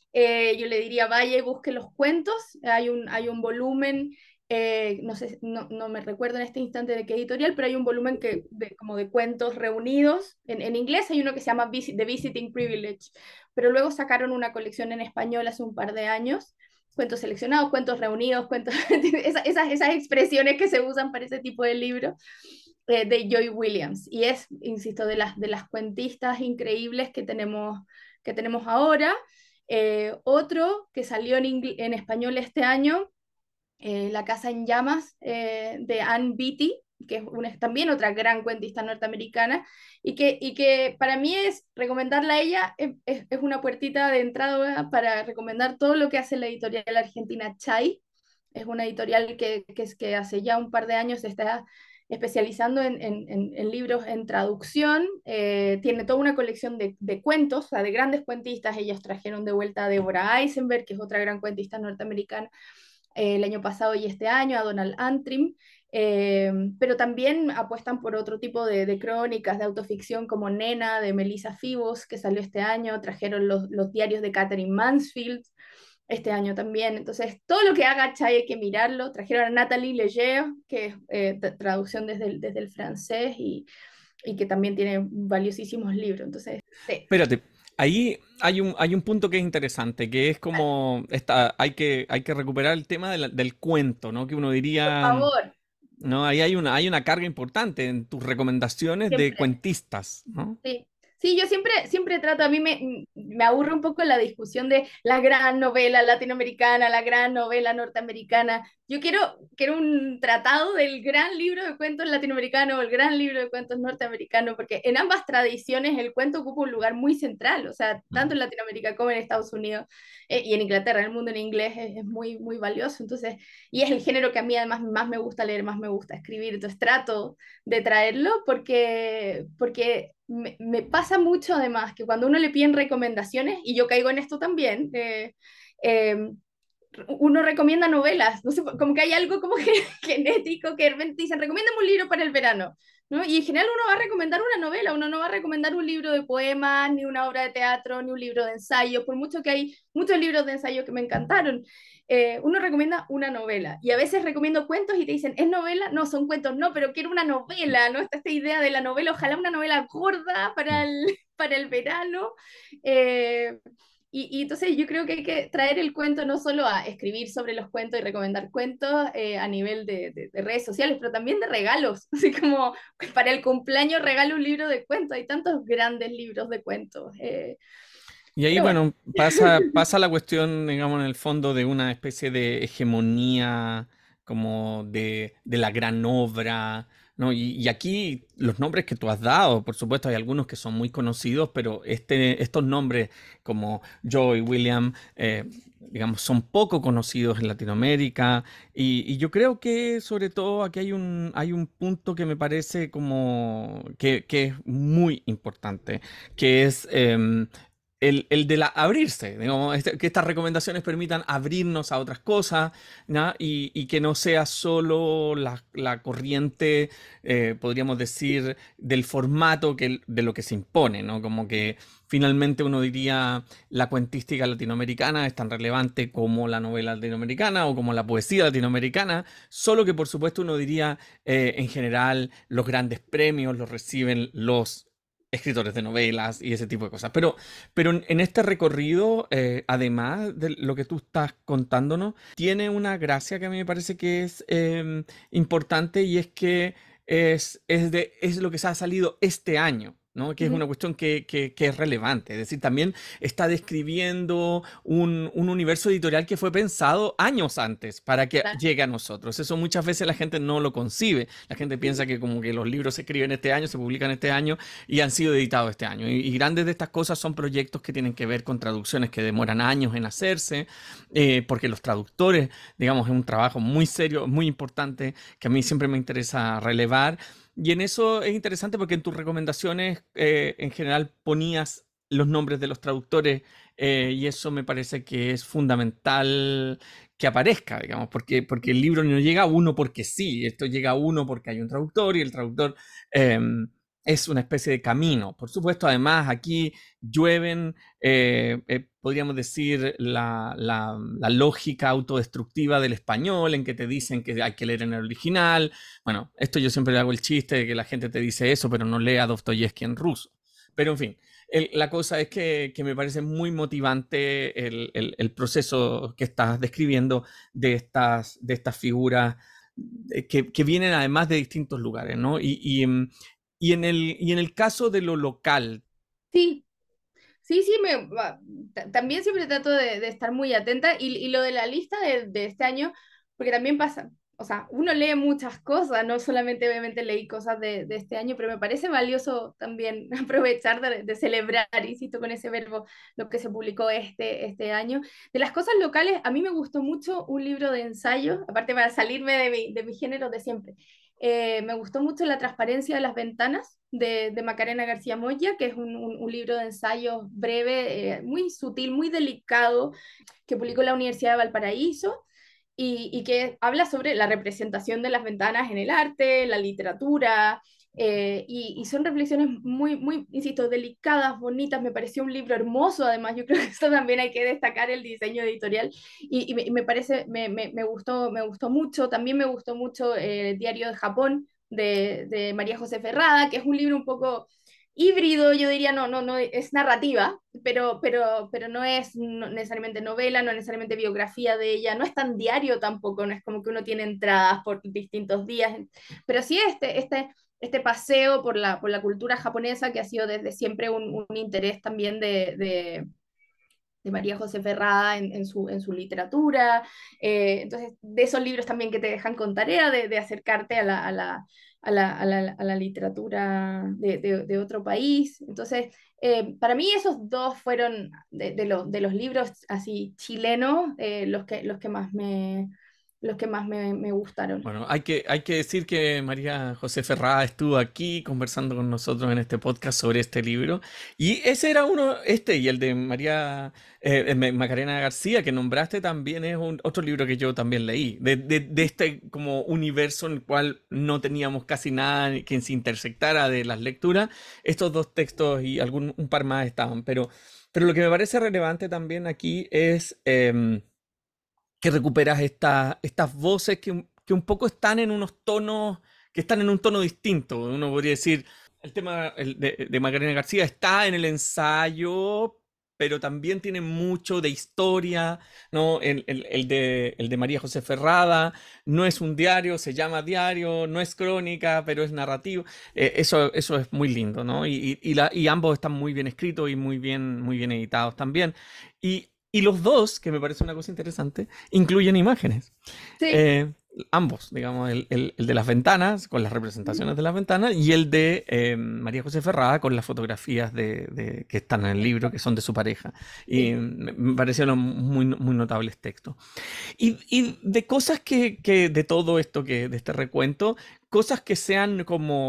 eh, yo le diría vaya y busque los cuentos, hay un, hay un volumen, eh, no sé, no, no, me recuerdo en este instante de qué editorial, pero hay un volumen que, de, como de cuentos reunidos, en, en inglés hay uno que se llama Visit, The Visiting Privilege, pero luego sacaron una colección en español hace un par de años, cuentos seleccionados, cuentos reunidos, cuentos, esas, esas, esas expresiones que se usan para ese tipo de libros, eh, de Joy Williams. Y es, insisto, de las, de las cuentistas increíbles que tenemos, que tenemos ahora. Eh, otro que salió en, en español este año, eh, La Casa en Llamas, eh, de Anne Beattie, que es una, también otra gran cuentista norteamericana, y que, y que para mí es recomendarla a ella, es, es una puertita de entrada para recomendar todo lo que hace la editorial argentina Chay. Es una editorial que, que, es, que hace ya un par de años se está especializando en, en, en libros en traducción, eh, tiene toda una colección de, de cuentos, o sea, de grandes cuentistas. Ellos trajeron de vuelta a Deborah Eisenberg, que es otra gran cuentista norteamericana, eh, el año pasado y este año, a Donald Antrim, eh, pero también apuestan por otro tipo de, de, crónicas, de autoficción, como Nena, de Melissa Fibos, que salió este año, trajeron los, los diarios de Catherine Mansfield, este año también. Entonces, todo lo que haga Chay hay que mirarlo. Trajeron a Nathalie Leger, que es eh, traducción desde el, desde el francés y, y que también tiene valiosísimos libros. Entonces, sí. Espérate, ahí hay un, hay un punto que es interesante, que es como, esta, hay que, hay que recuperar el tema de la- del cuento, ¿no? Que uno Por diría, favor, ¿no? Ahí hay una, hay una carga importante en tus recomendaciones de siempre. cuentistas, ¿no? Sí. Sí, yo siempre, siempre trato, a mí me, me aburre un poco la discusión de la gran novela latinoamericana, la gran novela norteamericana. Yo quiero, quiero un tratado del gran libro de cuentos latinoamericano o el gran libro de cuentos norteamericano, porque en ambas tradiciones el cuento ocupa un lugar muy central, o sea, tanto en Latinoamérica como en Estados Unidos, eh, y en Inglaterra, en el mundo en inglés es, es muy, muy valioso. Entonces, y es el género que a mí además más me gusta leer, más me gusta escribir, entonces trato de traerlo porque, porque me, me pasa mucho además que cuando uno le piden recomendaciones, y yo caigo en esto también, eh, eh, uno recomienda novelas, no sé, como que hay algo como que, genético que de repente dicen, recomiéndame un libro para el verano, ¿no? Y en general uno va a recomendar una novela, uno no va a recomendar un libro de poemas, ni una obra de teatro, ni un libro de ensayo, por mucho que hay muchos libros de ensayo que me encantaron. Eh, uno recomienda una novela y a veces recomiendo cuentos y te dicen, ¿es novela? No, son cuentos, no, pero quiero una novela, ¿no? Está esta idea de la novela, ojalá una novela gorda para el, para el verano. Eh, y, y, entonces yo creo que hay que traer el cuento no solo a escribir sobre los cuentos y recomendar cuentos eh, a nivel de, de, de, redes sociales, pero también de regalos. Así como para el cumpleaños regalo un libro de cuentos. Hay tantos grandes libros de cuentos. Eh, Y ahí, pero bueno. bueno, pasa, pasa la cuestión, digamos, en el fondo de una especie de hegemonía como de, de la gran obra, ¿no? Y, y aquí los nombres que tú has dado, por supuesto, hay algunos que son muy conocidos, pero este, estos nombres como Joy, William, eh, digamos, son poco conocidos en Latinoamérica. Y, y yo creo que sobre todo aquí hay un, hay un punto que me parece como que, que es muy importante, que es... em, el, el de la abrirse, digamos, este- que estas recomendaciones permitan abrirnos a otras cosas, ¿no? Y, y que no sea solo la, la corriente, eh, podríamos decir, del formato que, de lo que se impone, ¿no? Como que finalmente uno diría la cuentística latinoamericana es tan relevante como la novela latinoamericana o como la poesía latinoamericana, solo que por supuesto uno diría, eh, en general, los grandes premios los reciben los escritores de novelas y ese tipo de cosas. Pero pero en, en este recorrido, eh, además de lo que tú estás contándonos, tiene una gracia que a mí me parece que es eh, importante y es que es, es, de, es lo que se ha salido este año. ¿No? Que es una Ujú. cuestión que, que, que es relevante. Es decir, también está describiendo un, un universo editorial que fue pensado años antes para que Claro. llegue a nosotros. Eso muchas veces la gente no lo concibe. La gente piensa que como que los libros se escriben este año, se publican este año y han sido editados este año. Y, y grandes de estas cosas son proyectos que tienen que ver con traducciones que demoran años en hacerse, eh, porque los traductores, digamos, es un trabajo muy serio, muy importante, que a mí siempre me interesa relevar. Y en eso es interesante porque en tus recomendaciones, eh, en general, ponías los nombres de los traductores, eh, y eso me parece que es fundamental que aparezca, digamos, porque, porque el libro no llega a uno porque sí, esto llega a uno porque hay un traductor y el traductor eh, es una especie de camino. Por supuesto, además, aquí llueven, eh, eh, podríamos decir, la, la, la lógica autodestructiva del español, en que te dicen que hay que leer en el original. Bueno, esto yo siempre le hago el chiste de que la gente te dice eso, pero no lea Dostoyevsky en ruso. Pero en fin, el- la cosa es que, que me parece muy motivante el, el- el proceso que estás describiendo de estas, de estas figuras, eh, que, que vienen además de distintos lugares, ¿no? Y, y, em, y en el, y en el caso de lo local. Sí, sí, sí, me, va- ta- también siempre trato de, de estar muy atenta y, y lo de la lista de, de este año, porque también pasa, o sea, uno lee muchas cosas, no solamente obviamente leí cosas de, de este año, pero me parece valioso también aprovechar de, de celebrar, insisto con ese verbo, lo que se publicó este, este año. De las cosas locales, a mí me gustó mucho un libro de ensayo, aparte para salirme de mi, de mi género de siempre. Eh, me gustó mucho La transparencia de las ventanas de, de Macarena García Moya, que es un, un, un libro de ensayos breve, eh, muy sutil, muy delicado, que publicó la Universidad de Valparaíso y, y que habla sobre la representación de las ventanas en el arte, la literatura, eh, y, y, son reflexiones muy, muy, insisto, delicadas, bonitas. Me pareció un libro hermoso, además, yo creo que esto también hay que destacar el diseño editorial, y, y, me, y me, parece, me, me, me, gustó, me gustó mucho. También me gustó mucho eh, El Diario de Japón de, de María José Ferrada, que es un libro un poco híbrido, yo diría, no, no, no, es narrativa, pero, pero, pero no es no necesariamente novela, no necesariamente biografía de ella, no es tan diario tampoco, no es como que uno tiene entradas por distintos días, pero sí este, este, este paseo por la, por la cultura japonesa que ha sido desde siempre un, un interés también de, de, de María José Ferrada en, en, su, en su literatura. Eh, entonces, de esos libros también que te dejan con tarea de, de acercarte a la, a la, a la, a la, a la literatura de, de, de, otro país. Entonces, eh, para mí esos dos fueron de, de, lo, de los libros así chilenos, eh, los, que, los que más me, los que más me, me gustaron. Bueno, hay que, hay que decir que María José Ferrada estuvo aquí conversando con nosotros en este podcast sobre este libro. Y ese era uno, este y el de María eh, eh, Macarena García, que nombraste, también es un, otro libro que yo también leí, de, de, de este como universo en el cual no teníamos casi nada que se intersectara de las lecturas. Estos dos textos y algún un par más estaban, pero, pero lo que me parece relevante también aquí es... em, que recuperas esta- estas voces que, un- que un poco están en unos tonos, que están en un tono distinto. Uno podría decir, el tema el de, de Macarena García está en el ensayo, pero también tiene mucho de historia, ¿no? El, el- el de, el de María José Ferrada no es un diario, se llama diario, no es crónica, pero es narrativo. Eh, eso, eso es muy lindo, ¿no? Y, y- y la- y ambos están muy bien escritos y muy bien, muy bien editados también. Y, y los dos, que me parece una cosa interesante, incluyen imágenes. Sí. Eh, ambos, digamos, el, el- el de las ventanas, con las representaciones de las ventanas, y el de eh, María José Ferrada, con las fotografías de, de- que están en el libro, que son de su pareja. Y Sí. me, me parecieron muy, muy notables textos. Y, y de cosas que, que, de todo esto, que, de este recuento, cosas que sean como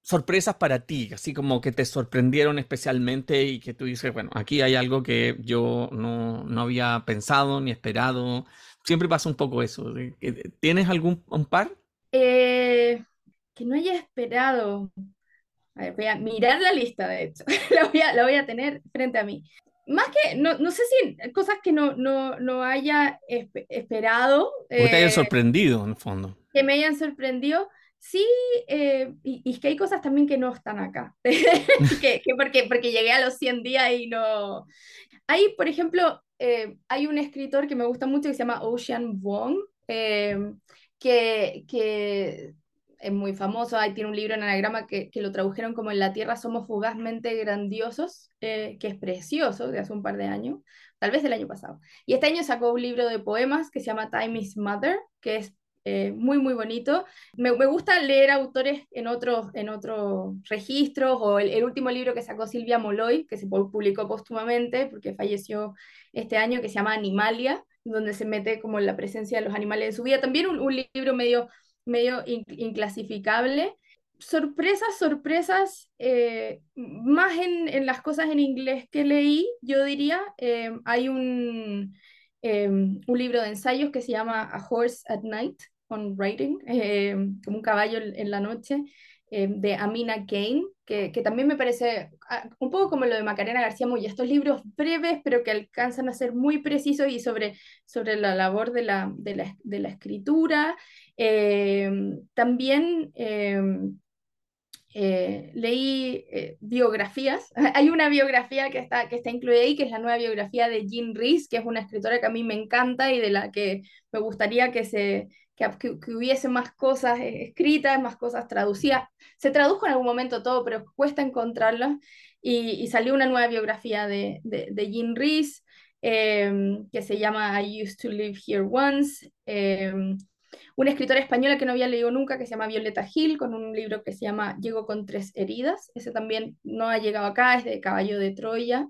sorpresas para ti, así como que te sorprendieron especialmente y que tú dices, bueno, aquí hay algo que yo no, no había pensado ni esperado. Siempre pasa un poco eso. de que- ¿Tienes algún un par? Eh, que no haya esperado. A ver, voy a mirar la lista, de hecho. La voy a, la voy a tener frente a mí. Más que, no, no sé si cosas que no, no, no haya espe- esperado, O que te hayan eh, sorprendido, en el fondo. que me hayan sorprendido. Sí, eh, y, y que hay cosas también que no están acá. que, que porque, porque llegué a los cien días y no. Hay, por ejemplo, eh, hay un escritor que me gusta mucho que se llama Ocean Vuong, eh, que, que es muy famoso. Ahí tiene un libro en anagrama que, que lo tradujeron como En la Tierra somos fugazmente grandiosos, eh, que es precioso, de hace un par de años, tal vez del año pasado. Y este año sacó un libro de poemas que se llama Time is Mother, que es eh, muy, muy bonito. Me, me, gusta leer autores en otros, en otros registros, o el, el, último libro que sacó Silvia Moloy, que se publicó póstumamente porque falleció este año, que se llama Animalia, donde se mete como la presencia de los animales en su vida. También un, un libro medio, medio in, inclasificable. Sorpresas, sorpresas, eh, más en, en, las cosas en inglés que leí, yo diría. Eh, hay un, eh, un libro de ensayos que se llama A Horse at Night, on Writing, eh, como un caballo en la noche, eh, de Amina Kane, que, que, también me parece uh, un poco como lo de Macarena García Moya, estos libros breves pero que alcanzan a ser muy precisos y sobre, sobre la labor de la, de la, de la escritura. Eh, también... Eh, eh, leí eh, biografías. Hay una biografía que está, que está incluida ahí, que es la nueva biografía de Jean Rhys, que es una escritora que a mí me encanta y de la que me gustaría que, se, que, que, que hubiese más cosas escritas, más cosas traducidas. Se tradujo en algún momento todo, pero cuesta encontrarlas. Y, y salió una nueva biografía de, de, de Jean Rhys, eh, que se llama I Used to Live Here Once. Eh, una escritora española que no había leído nunca, que se llama Violeta Gil, con un libro que se llama Llego con tres heridas. Ese también no ha llegado acá, es de Caballo de Troya.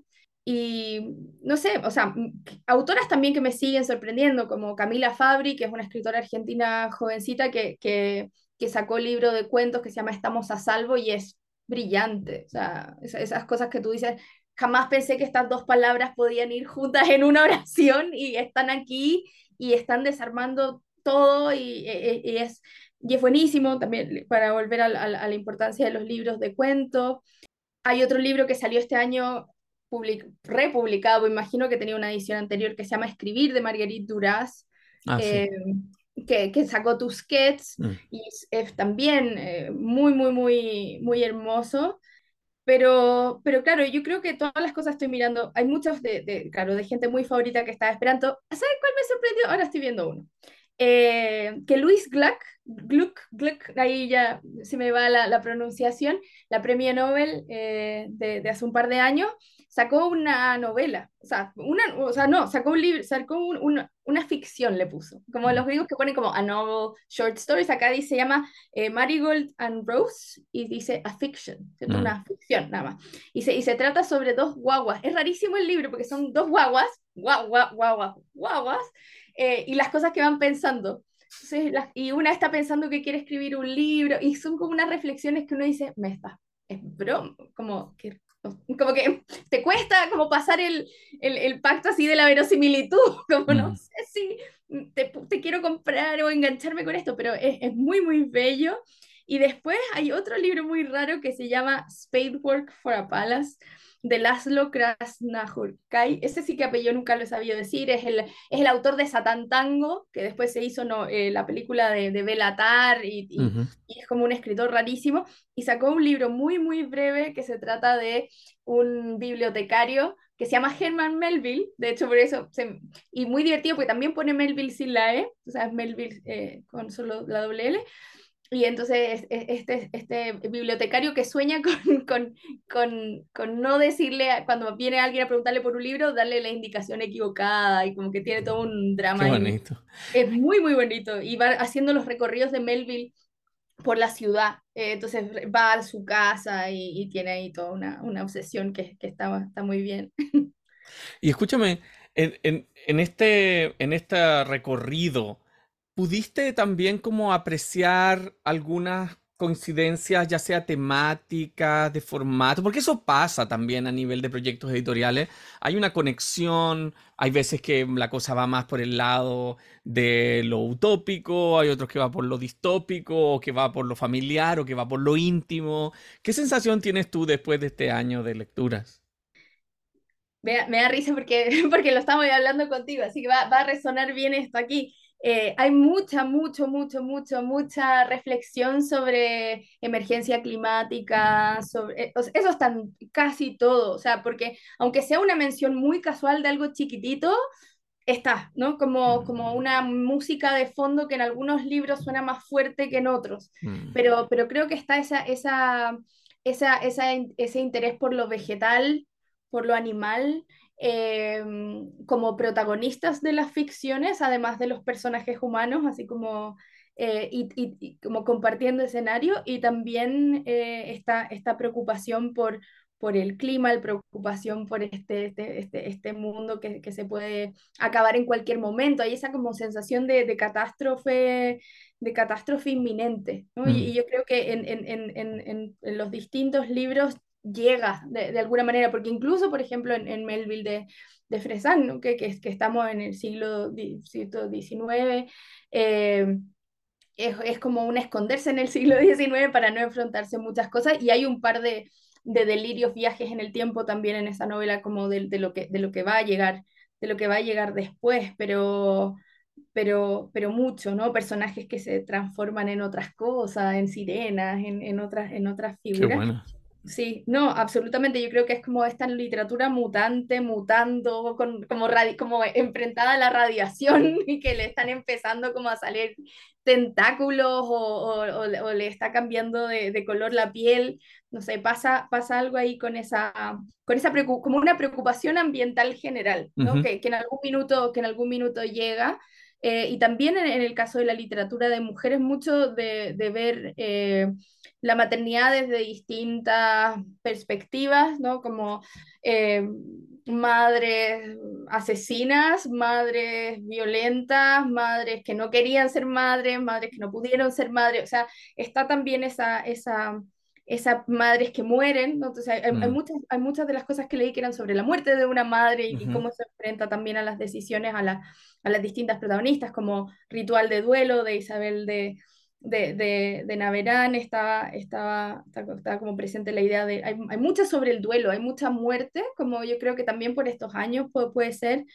Y no sé, o sea, autoras también que me siguen sorprendiendo, como Camila Fabri, que es una escritora argentina jovencita que, que, que sacó el libro de cuentos que se llama Estamos a salvo y es brillante. O sea, esas cosas que tú dices, jamás pensé que estas dos palabras podían ir juntas en una oración y están aquí y están desarmando todo y, y, y, es, y es buenísimo también para volver a, a, a la importancia de los libros de cuentos. Hay otro libro que salió este año public, republicado, imagino que tenía una edición anterior, que se llama Escribir, de Marguerite Duras, Ah, sí. eh, que, que, sacó Tusquets, Mm. y es, es también eh, muy, muy, muy, muy hermoso. Pero, pero claro, yo creo que todas las cosas estoy mirando. Hay muchos de, de, claro, de gente muy favorita que estaba esperando. ¿Sabes cuál me sorprendió? Ahora estoy viendo uno. Eh, que Louise Gluck, Gluck, Gluck, ahí ya se me va la, la pronunciación, la premio Nobel eh, de, de, hace un par de años, sacó una novela, o sea, una, o sea no, sacó un libro, sacó un, una, una ficción le puso, como los gringos que ponen como a novel, short stories, acá dice, se llama eh, Marigold and Rose y dice a fiction, ¿cierto? Mm. Una ficción nada más. Y se, y se trata sobre dos guaguas, es rarísimo el libro porque son dos guaguas, guaguas, guaguas, guaguas, eh, y las cosas que van pensando. Entonces, la, y una está pensando que quiere escribir un libro y son como unas reflexiones que uno dice, me está, es broma, como que, como que te cuesta como pasar el, el, el pacto así de la verosimilitud, como Mm. no sé si te, te, quiero comprar o engancharme con esto, pero es, es muy, muy bello. Y después hay otro libro muy raro que se llama Spadework for a Palace, de Laszlo Krasznahorkai. Ese sí que apellido nunca lo he sabido decir, es el, es el autor de Satán Tango, que después se hizo no, eh, la película de, de Bela Tar y, y, Uh-huh. y, es como un escritor rarísimo, y sacó un libro muy, muy breve que se trata de un bibliotecario que se llama Herman Melville, de hecho por eso, se, y muy divertido porque también pone Melville sin la E, o sea, es Melville eh, con solo la doble L, y entonces este, este bibliotecario que sueña con, con, con, con no decirle, a, cuando viene alguien a preguntarle por un libro, darle la indicación equivocada y como que tiene todo un Qué drama ahí. bonito. Es muy, muy bonito. Y va haciendo los recorridos de Melville por la ciudad. Eh, entonces va a su casa y, y tiene ahí toda una, una obsesión que, que está, está muy bien. Y escúchame, en, en, en este, en este recorrido, ¿pudiste también como apreciar algunas coincidencias, ya sea temáticas, de formato, porque eso pasa también a nivel de proyectos editoriales. Hay una conexión, hay veces que la cosa va más por el lado de lo utópico, hay otros que va por lo distópico, o que va por lo familiar, o que va por lo íntimo. ¿Qué sensación tienes tú después de este año de lecturas? Me, da me da risa porque, porque lo estamos hablando contigo, así que va, va a resonar bien esto aquí. Eh, hay mucha, mucho, mucho, mucho, mucha reflexión sobre emergencia climática, sobre, eh, o sea, eso está en casi todo, o sea, porque aunque sea una mención muy casual de algo chiquitito, está, ¿no? Como, como una música de fondo que en algunos libros suena más fuerte que en otros, Mm, pero, pero creo que está esa, esa, esa, esa, ese interés por lo vegetal, por lo animal, eh, como protagonistas de las ficciones, además de los personajes humanos, así como, eh, y, y- y como compartiendo escenario, y también eh, esta, esta preocupación por, por el clima, la preocupación por este, este, este, este mundo que, que se puede acabar en cualquier momento. Hay esa como sensación de, de catástrofe, de catástrofe inminente, ¿no? Y, mm, y yo creo que en, en, en, en, en los distintos libros llega de, de, alguna manera, porque incluso, por ejemplo, en, en Melville de, de Fresán, ¿no? que, que, que, estamos en el siglo diecinueve, eh, es, es, como un esconderse en el siglo diecinueve para no enfrentarse a muchas cosas, y hay un par de, de delirios, viajes en el tiempo también en esa novela, como de, de, lo que, de lo que va a llegar, de lo que va a llegar después, pero, pero, pero mucho, ¿no? Personajes que se transforman en otras cosas, en sirenas, en, en otras, en otras qué figuras. bueno. Sí, no, absolutamente. Yo creo que es como esta literatura mutante, mutando, con, como, radi- como enfrentada a la radiación y que le están empezando como a salir tentáculos o, o- o le o le está cambiando de, de color la piel. No sé, pasa, pasa algo ahí con esa, con esa preocu- como una preocupación ambiental general, ¿no? Ujú, Que, que en algún minuto, que en algún minuto llega. Eh, y también en, en el caso de la literatura de mujeres, mucho de, de ver eh, la maternidad desde distintas perspectivas, ¿no? Como eh, madres asesinas, madres violentas, madres que no querían ser madres, madres que no pudieron ser madres, o sea, está también esa, esa, esas madres que mueren, ¿no? Entonces hay, hay, mm, muchas, hay muchas de las cosas que leí que eran sobre la muerte de una madre y, y ujú. cómo se enfrenta también a las decisiones, a, la, a las distintas protagonistas, como Ritual de Duelo de Isabel de de, de, de Naverán, estaba, estaba, estaba, como presente la idea de, hay, hay mucha sobre el duelo, hay mucha muerte, como yo creo que también por estos años puede, puede ser.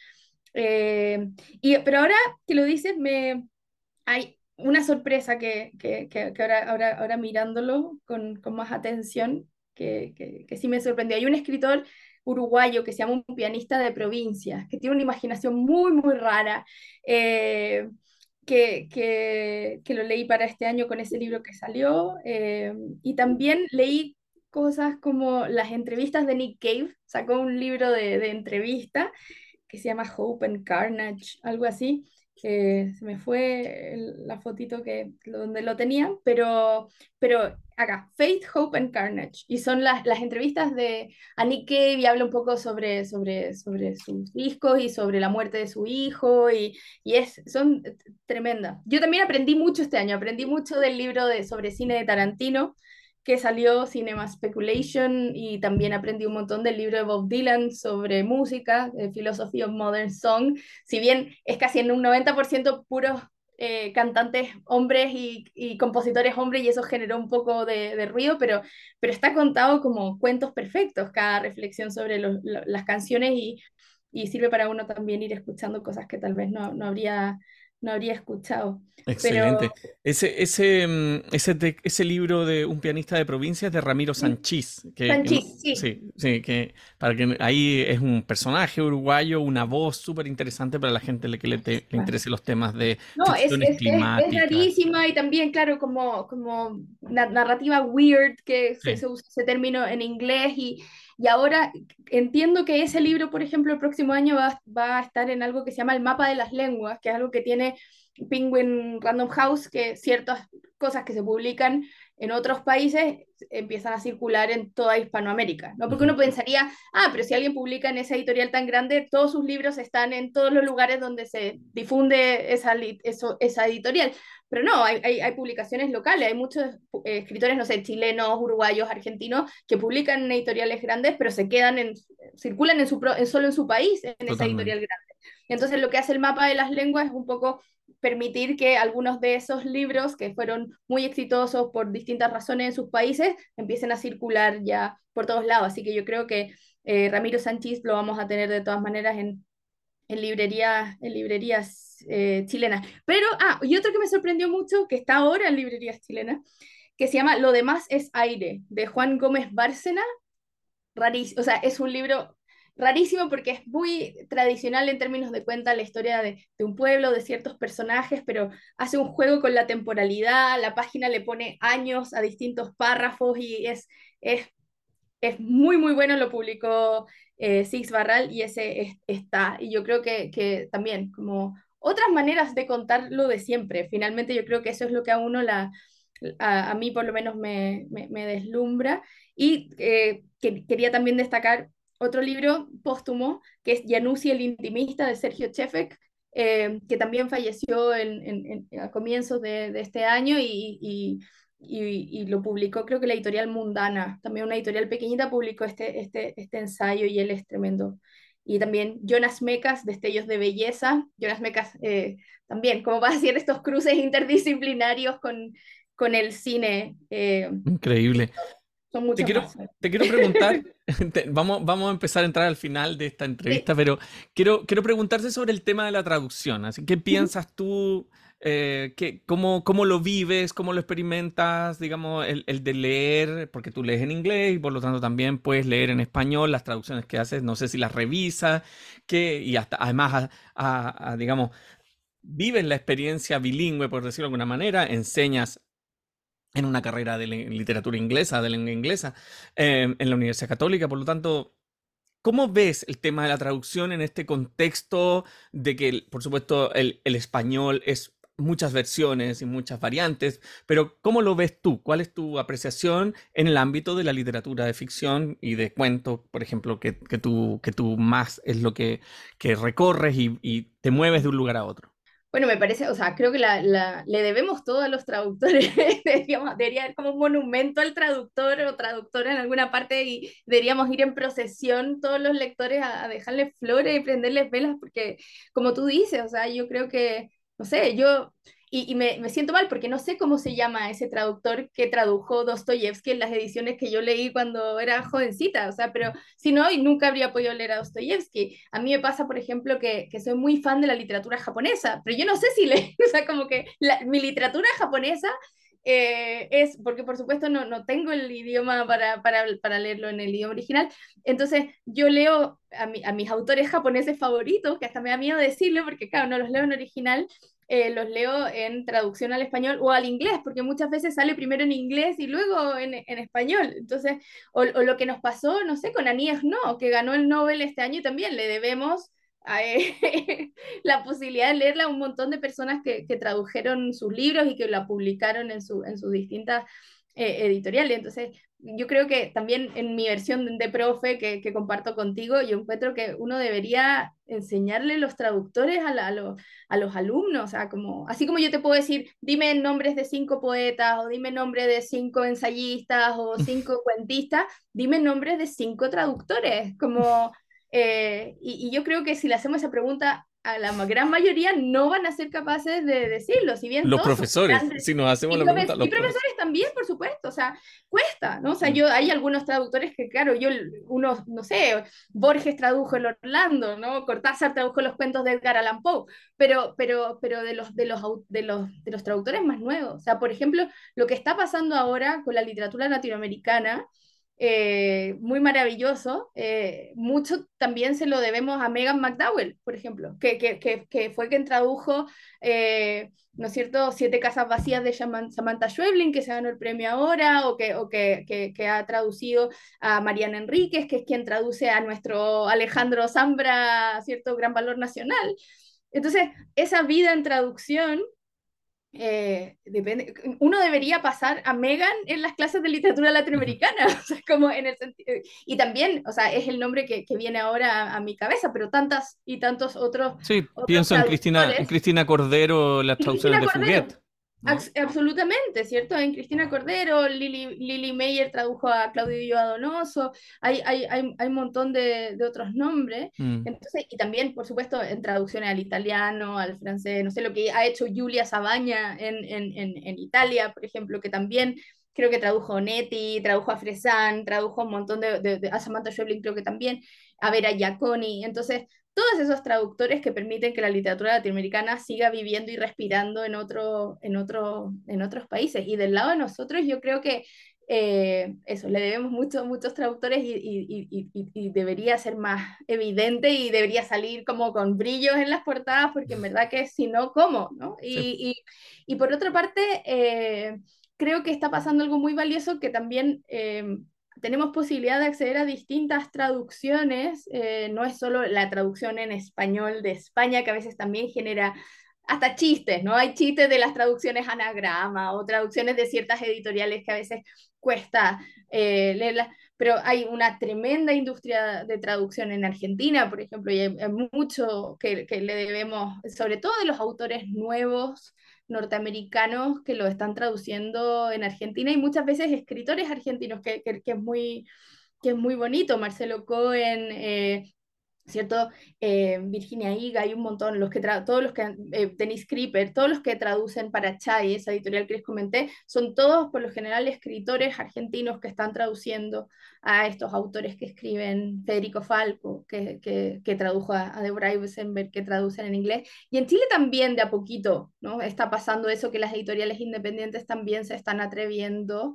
Eh, y, pero ahora que lo dices, me, hay una sorpresa que, que, que, que ahora, ahora, ahora mirándolo con, con más atención, que, que, que sí me sorprendió. Hay un escritor uruguayo que se llama Un pianista de provincia, que tiene una imaginación muy, muy rara. Eh, que, que, que, lo leí para este año con ese libro que salió. Eh, y también leí cosas como las entrevistas de Nick Cave, sacó un libro de, de entrevista que se llama Hope and Carnage, algo así. Eh, se me fue el- la fotito que, donde lo tenía, pero, pero acá, Faith, Hope and Carnage. Y son las, las entrevistas de a Nick Cave y habla un poco sobre, sobre, sobre sus discos y sobre la muerte de su hijo y, y es, son tremendas. Yo también aprendí mucho este año, aprendí mucho del libro de, sobre cine de Tarantino, que salió Cinema Speculation, y también aprendí un montón del libro de Bob Dylan sobre música, de Philosophy of Modern Song, si bien es casi en un noventa por ciento puros eh, cantantes hombres y, y, compositores hombres, y eso generó un poco de, de ruido, pero, pero está contado como cuentos perfectos, cada reflexión sobre los, lo, las canciones, y, y, sirve para uno también ir escuchando cosas que tal vez no, no, habría, no habría escuchado. Excelente. Pero Ese, ese, mm, ese, te- ese libro de Un pianista de provincia es de Ramiro Sanchís, que, que no- Sanchis, sí. sí, sí, que para que ahí es un personaje uruguayo, una voz súper interesante para la gente que le, te- le interese los temas de No, es, ficciones es, es, es climáticas. rarísima, y también, claro, como, como na- narrativa weird, que se, Sí. se usa ese término en inglés, y, y ahora entiendo que ese libro, por ejemplo, el próximo año va, va a estar en algo que se llama el mapa de las lenguas, que es algo que tiene Penguin Random House, que ciertas cosas que se publican en otros países empiezan a circular en toda Hispanoamérica, ¿no? Porque Ujú. uno pensaría, ah, pero si alguien publica en esa editorial tan grande, todos sus libros están en todos los lugares donde se difunde esa, eso, esa editorial. Pero no, hay, hay, hay publicaciones locales, hay muchos eh, escritores, no sé, chilenos, uruguayos, argentinos, que publican en editoriales grandes, pero se quedan en, circulan en su, en, solo en su país, en esa editorial Totalmente. grande. Entonces lo que hace el mapa de las lenguas es un poco permitir que algunos de esos libros que fueron muy exitosos por distintas razones en sus países empiecen a circular ya por todos lados. Así que yo creo que eh, Ramiro Sánchez lo vamos a tener de todas maneras en, en librerías, en librerías eh, chilenas. Pero, ah, y otro que me sorprendió mucho, que está ahora en librerías chilenas, que se llama Lo demás es aire, de Juan Gómez Bárcena. Rarísimo, o sea, es un libro rarísimo porque es muy tradicional en términos de cuenta la historia de, de, un pueblo, de ciertos personajes, pero hace un juego con la temporalidad, la página le pone años a distintos párrafos y es, es, es muy, muy bueno, lo publicó eh, Six Barral y ese es, está. Y yo creo que, que también, como otras maneras de contar lo de siempre, finalmente yo creo que eso es lo que a uno la, a, a mí por lo menos me, me, me deslumbra. Y eh, que, quería también destacar otro libro póstumo, que es Janussi el intimista, de Sergio Chefek, eh, que también falleció en, en, en, a comienzos de, de este año y, y, y, y, lo publicó, creo que la editorial Mundana, también una editorial pequeñita, publicó este, este, este ensayo y él es tremendo. Y también Jonas Mekas, Destellos de Belleza. Jonas Mekas eh, también, como va a hacer estos cruces interdisciplinarios con, con el cine. Eh, Increíble. son Te muchos quiero, más. te quiero preguntar, te- vamos, vamos a empezar a entrar al final de esta Sí. entrevista, pero quiero, quiero preguntarte sobre el tema de la traducción. Así, ¿qué Uh -huh. piensas tú? Eh, qué, cómo, ¿Cómo lo vives? ¿Cómo lo experimentas? Digamos, el, el de leer, porque tú lees en inglés y por lo tanto también puedes leer en español las traducciones que haces. No sé si las revisas, que, y hasta además, a- a- a, digamos, vives la experiencia bilingüe, por decirlo de alguna manera, enseñas en una carrera de literatura inglesa, de lengua inglesa, eh, en la Universidad Católica. Por lo tanto, ¿cómo ves el tema de la traducción en este contexto de que, por supuesto, el, el español es muchas versiones y muchas variantes, pero ¿cómo lo ves tú? ¿Cuál es tu apreciación en el ámbito de la literatura de ficción y de cuento, por ejemplo, que, que, tú, que tú más es lo que, que recorres y, y te mueves de un lugar a otro? Bueno, me parece, o sea, creo que la, la, le debemos todo a los traductores. Deberíamos, debería haber como un monumento al traductor o traductora en alguna parte y deberíamos ir en procesión todos los lectores a, a dejarles flores y prenderles velas, porque como tú dices, o sea, yo creo que, no sé, yo, y, y me, me siento mal porque no sé cómo se llama ese traductor que tradujo Dostoyevsky en las ediciones que yo leí cuando era jovencita, o sea, pero si no, y nunca habría podido leer a Dostoyevsky. A mí me pasa, por ejemplo, que, que soy muy fan de la literatura japonesa, pero yo no sé si le, o sea, como que la, mi literatura japonesa eh, es, porque por supuesto no, no tengo el idioma para, para, para, leerlo en el idioma original, entonces yo leo a, mi, a mis autores japoneses favoritos, que hasta me da miedo decirlo, porque claro, no los leo en original, eh, los leo en traducción al español o al inglés, porque muchas veces sale primero en inglés y luego en, en español. Entonces, o, o, lo que nos pasó, no sé, con Aníes No, que ganó el Nobel este año y también le debemos a, eh, la posibilidad de leerla a un montón de personas que, que tradujeron sus libros y que la publicaron en, su, en sus distintas eh, editoriales. Entonces, yo creo que también en mi versión de profe que, que, comparto contigo, yo encuentro que uno debería enseñarle los traductores a, la, a, lo, a los alumnos, o sea, como, así como yo te puedo decir, dime nombres de cinco poetas, o dime nombres de cinco ensayistas, o cinco cuentistas, dime nombres de cinco traductores, como, eh, y, y yo creo que si le hacemos esa pregunta a la gran mayoría no van a ser capaces de decirlo, si bien Los todos son profesores, grandes. si nos hacemos Y, la pregunta, profes y los profesores. profesores también, por supuesto, o sea, cuesta, ¿no? O sea, Mm. yo, hay algunos traductores que, claro, yo, unos, no sé, Borges tradujo el Orlando, ¿no? Cortázar tradujo los cuentos de Edgar Allan Poe, pero, pero, pero de, los, de, los, de, los, de los traductores más nuevos, o sea, por ejemplo, lo que está pasando ahora con la literatura latinoamericana, eh, muy maravilloso. Eh, mucho también se lo debemos a Megan McDowell, por ejemplo, que, que, que, que fue quien tradujo, eh, ¿no es cierto?, Siete casas vacías de Samantha Schweblin, que se ganó el premio ahora, o que, o que, que, que ha traducido a Mariana Enríquez, que es quien traduce a nuestro Alejandro Zambra, ¿cierto?, Gran Valor Nacional. Entonces, esa vida en traducción Eh, depende, uno debería pasar a Megan en las clases de literatura latinoamericana, o sea, como en el sentido, y también, o sea, es el nombre que, que viene ahora a, a, mi cabeza, pero tantas y tantos otros, Sí, otros pienso en Cristina, en traductores. Cristina Cordero, las Y traducciones Cristina de Cordero, Fuguet, ¿no? abs- absolutamente, ¿cierto? En Cristina Cordero, Lili, Lili Meyer tradujo a Claudio Donoso, hay, hay, hay, hay un montón de, de otros nombres. Mm, Entonces, y también, por supuesto, en traducciones al italiano, al francés, no sé, lo que ha hecho Giulia Zabaña en, en, en, en Italia, por ejemplo, que también creo que tradujo a Netti, tradujo a Fresan, tradujo un montón de, de, de a Samantha Schweblin, creo que también, a Vera Giaconi. Entonces, todos esos traductores que permiten que la literatura latinoamericana siga viviendo y respirando en, otro, en, otro, en otros países. Y del lado de nosotros, yo creo que eh, eso, le debemos mucho, muchos traductores y, y, y, y, y debería ser más evidente y debería salir como con brillos en las portadas, porque en verdad que si no, ¿cómo? ¿No? sí. Y, y, y por otra parte, eh, creo que está pasando algo muy valioso que también eh, tenemos posibilidad de acceder a distintas traducciones, eh, no es solo la traducción en español de España, que a veces también genera hasta chistes, ¿no? Hay chistes de las traducciones anagrama o traducciones de ciertas editoriales que a veces cuesta eh, leerlas, pero hay una tremenda industria de traducción en Argentina, por ejemplo, y hay, hay mucho que, que le debemos, sobre todo de los autores nuevos norteamericanos que lo están traduciendo en Argentina y muchas veces escritores argentinos, que, que, que es, muy, que es muy bonito. Marcelo Cohen, eh, ¿cierto? Eh, Virginia Higa, hay un montón, los que todos los que, eh, Denise Creeper, todos los que traducen para Chai, esa editorial que les comenté, son todos por lo general escritores argentinos que están traduciendo a estos autores que escriben, Federico Falco, que, que, que tradujo a, a Deborah Eisenberg, que traducen en inglés, y en Chile también de a poquito, ¿no? Está pasando eso que las editoriales independientes también se están atreviendo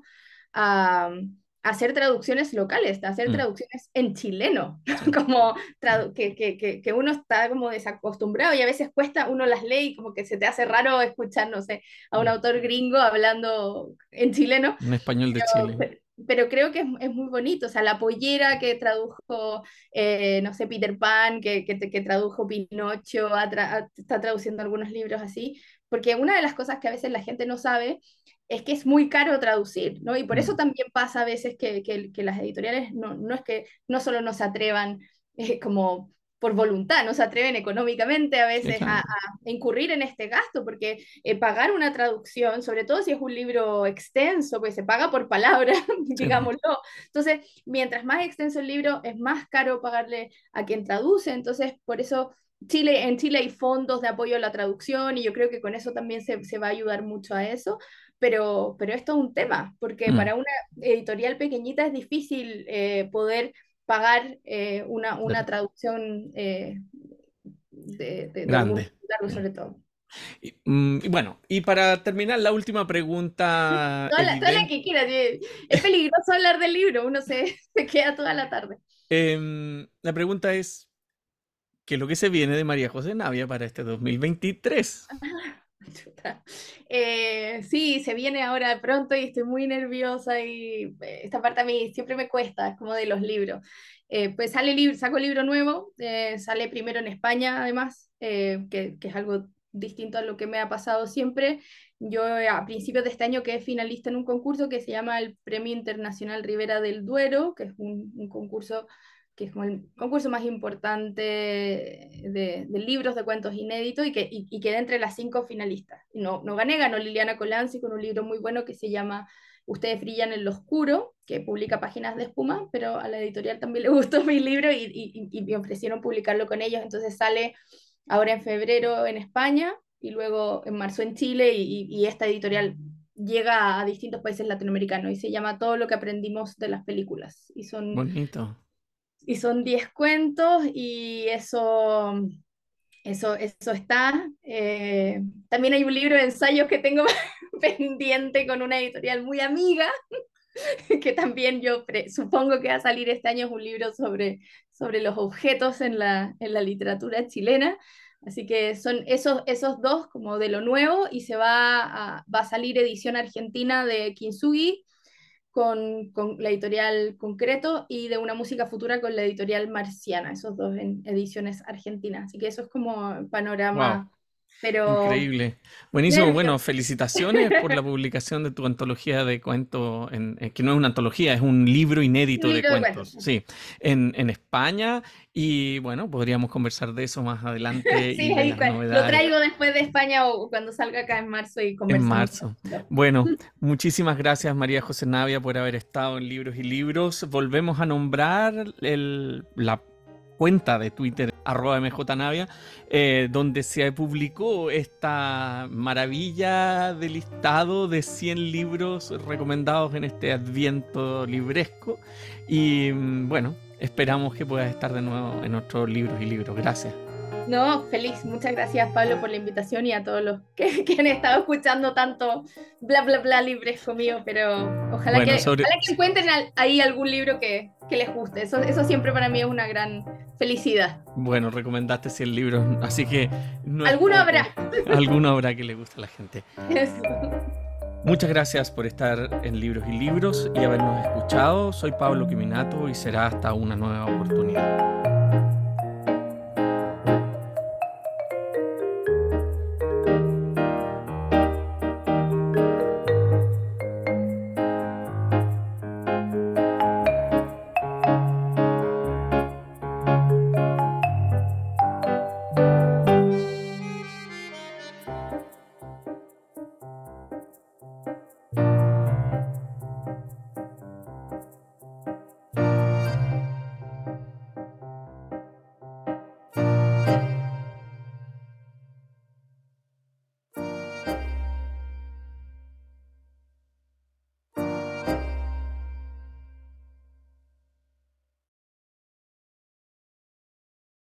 a hacer traducciones locales, a hacer Mm, traducciones en chileno, sí. como que, que, que, que, uno está como desacostumbrado y a veces cuesta, uno las lee y como que se te hace raro escuchar, no sé, a un Mm. autor gringo hablando en chileno, Un español de pero, Chile. pero creo que es, es, muy bonito, o sea, La Pollera que tradujo, eh, no sé, Peter Pan, que, que, que tradujo Pinocho, tra está traduciendo algunos libros así, porque una de las cosas que a veces la gente no sabe es que es muy caro traducir, ¿no? Y por eso Mm, también pasa a veces que, que, que las editoriales no, no, es que no solo no se atrevan eh, como por voluntad, no se atreven económicamente a sí, veces a, claro. a incurrir en este gasto, porque eh, pagar una traducción, sobre todo si es un libro extenso, pues se paga por palabra, Sí, mm, digámoslo. Entonces, mientras más extenso el libro, es más caro pagarle a quien traduce, entonces por eso Chile, en Chile hay fondos de apoyo a la traducción y yo creo que con eso también se, se va a ayudar mucho a eso, pero, pero esto es un tema, porque mm, para una editorial pequeñita es difícil eh, poder pagar eh, una, una claro. traducción eh, de, de, de algún Grande. largo Mm. sobre todo. Y, mm, y bueno, y para terminar, la última pregunta Toda la, toda la evidente. que quieras, eh, es peligroso hablar del libro, uno se, se queda toda la tarde. Em, la pregunta es, ¿qué es lo que se viene de María José Navia para este dos mil veintitrés? Chuta. Eh, sí, se viene ahora pronto y estoy muy nerviosa y eh, esta parte a mí siempre me cuesta, es como de los libros. Eh, pues sale libro, saco libro nuevo, eh, sale primero en España además, eh, que, que es algo distinto a lo que me ha pasado siempre. Yo eh, a principios de este año quedé finalista en un concurso que se llama el Premio Internacional Ribera del Duero, que es un, un concurso que es como el concurso más importante de, de libros de cuentos inéditos y que y, y quedé entre las cinco finalistas. No, no gané, ganó Liliana Colanzi con un libro muy bueno que se llama Ustedes brillan en lo oscuro, que publica Páginas de Espuma, pero a la editorial también le gustó mi libro y, y, y me ofrecieron publicarlo con ellos, entonces sale ahora en febrero en España y luego en marzo en Chile y, y esta editorial llega a distintos países latinoamericanos y se llama Todo lo que aprendimos de las películas. Y son Bonito. y son diez cuentos y eso, eso, eso está. Eh, también hay un libro de ensayos que tengo pendiente con una editorial muy amiga, que también yo supongo que va a salir este año, es un libro sobre, sobre los objetos en la, en la literatura chilena. Así que son esos, esos dos como de lo nuevo y se va a, va a salir edición argentina de Kintsugi con, con, la editorial Concreto y de Una Música Futura con la editorial Marciana, esos dos en ediciones argentinas. Así que eso es como Wow. panorama. pero Increíble. Buenísimo. nervios. Bueno, felicitaciones por la publicación de tu antología de cuentos, en, eh, que no es una antología, es un libro inédito Un de libro de cuentos. cuentos, sí, en, en España. Y bueno, podríamos conversar de eso más adelante y Sí, de ahí las cu- lo novedades traigo después de España o cuando salga acá en marzo y en conversamos un marzo. poquito. Bueno, muchísimas gracias María José Navia por haber estado en Libros y Libros. Volvemos a nombrar el, la cuenta de Twitter, arroba mjnavia, eh, donde se publicó esta maravilla de listado de cien libros recomendados en este adviento libresco. Y mm, bueno, esperamos que puedas estar de nuevo en otros Libros y Libros. Gracias. No, feliz. Muchas gracias, Pablo, por la invitación y a todos los que, que han estado escuchando tanto bla, bla, bla libres conmigo, pero ojalá Bueno, que, sobre... ojalá que encuentren al- ahí algún libro que, que les guste. Eso, eso siempre para mí es una gran felicidad. Bueno, recomendaste cien libros, así que no es Alguno poco. habrá. Alguno habrá que le guste a la gente. Eso. Muchas gracias por estar en Libros y Libros y habernos escuchado. Soy Pablo Quiminato y será hasta una nueva oportunidad.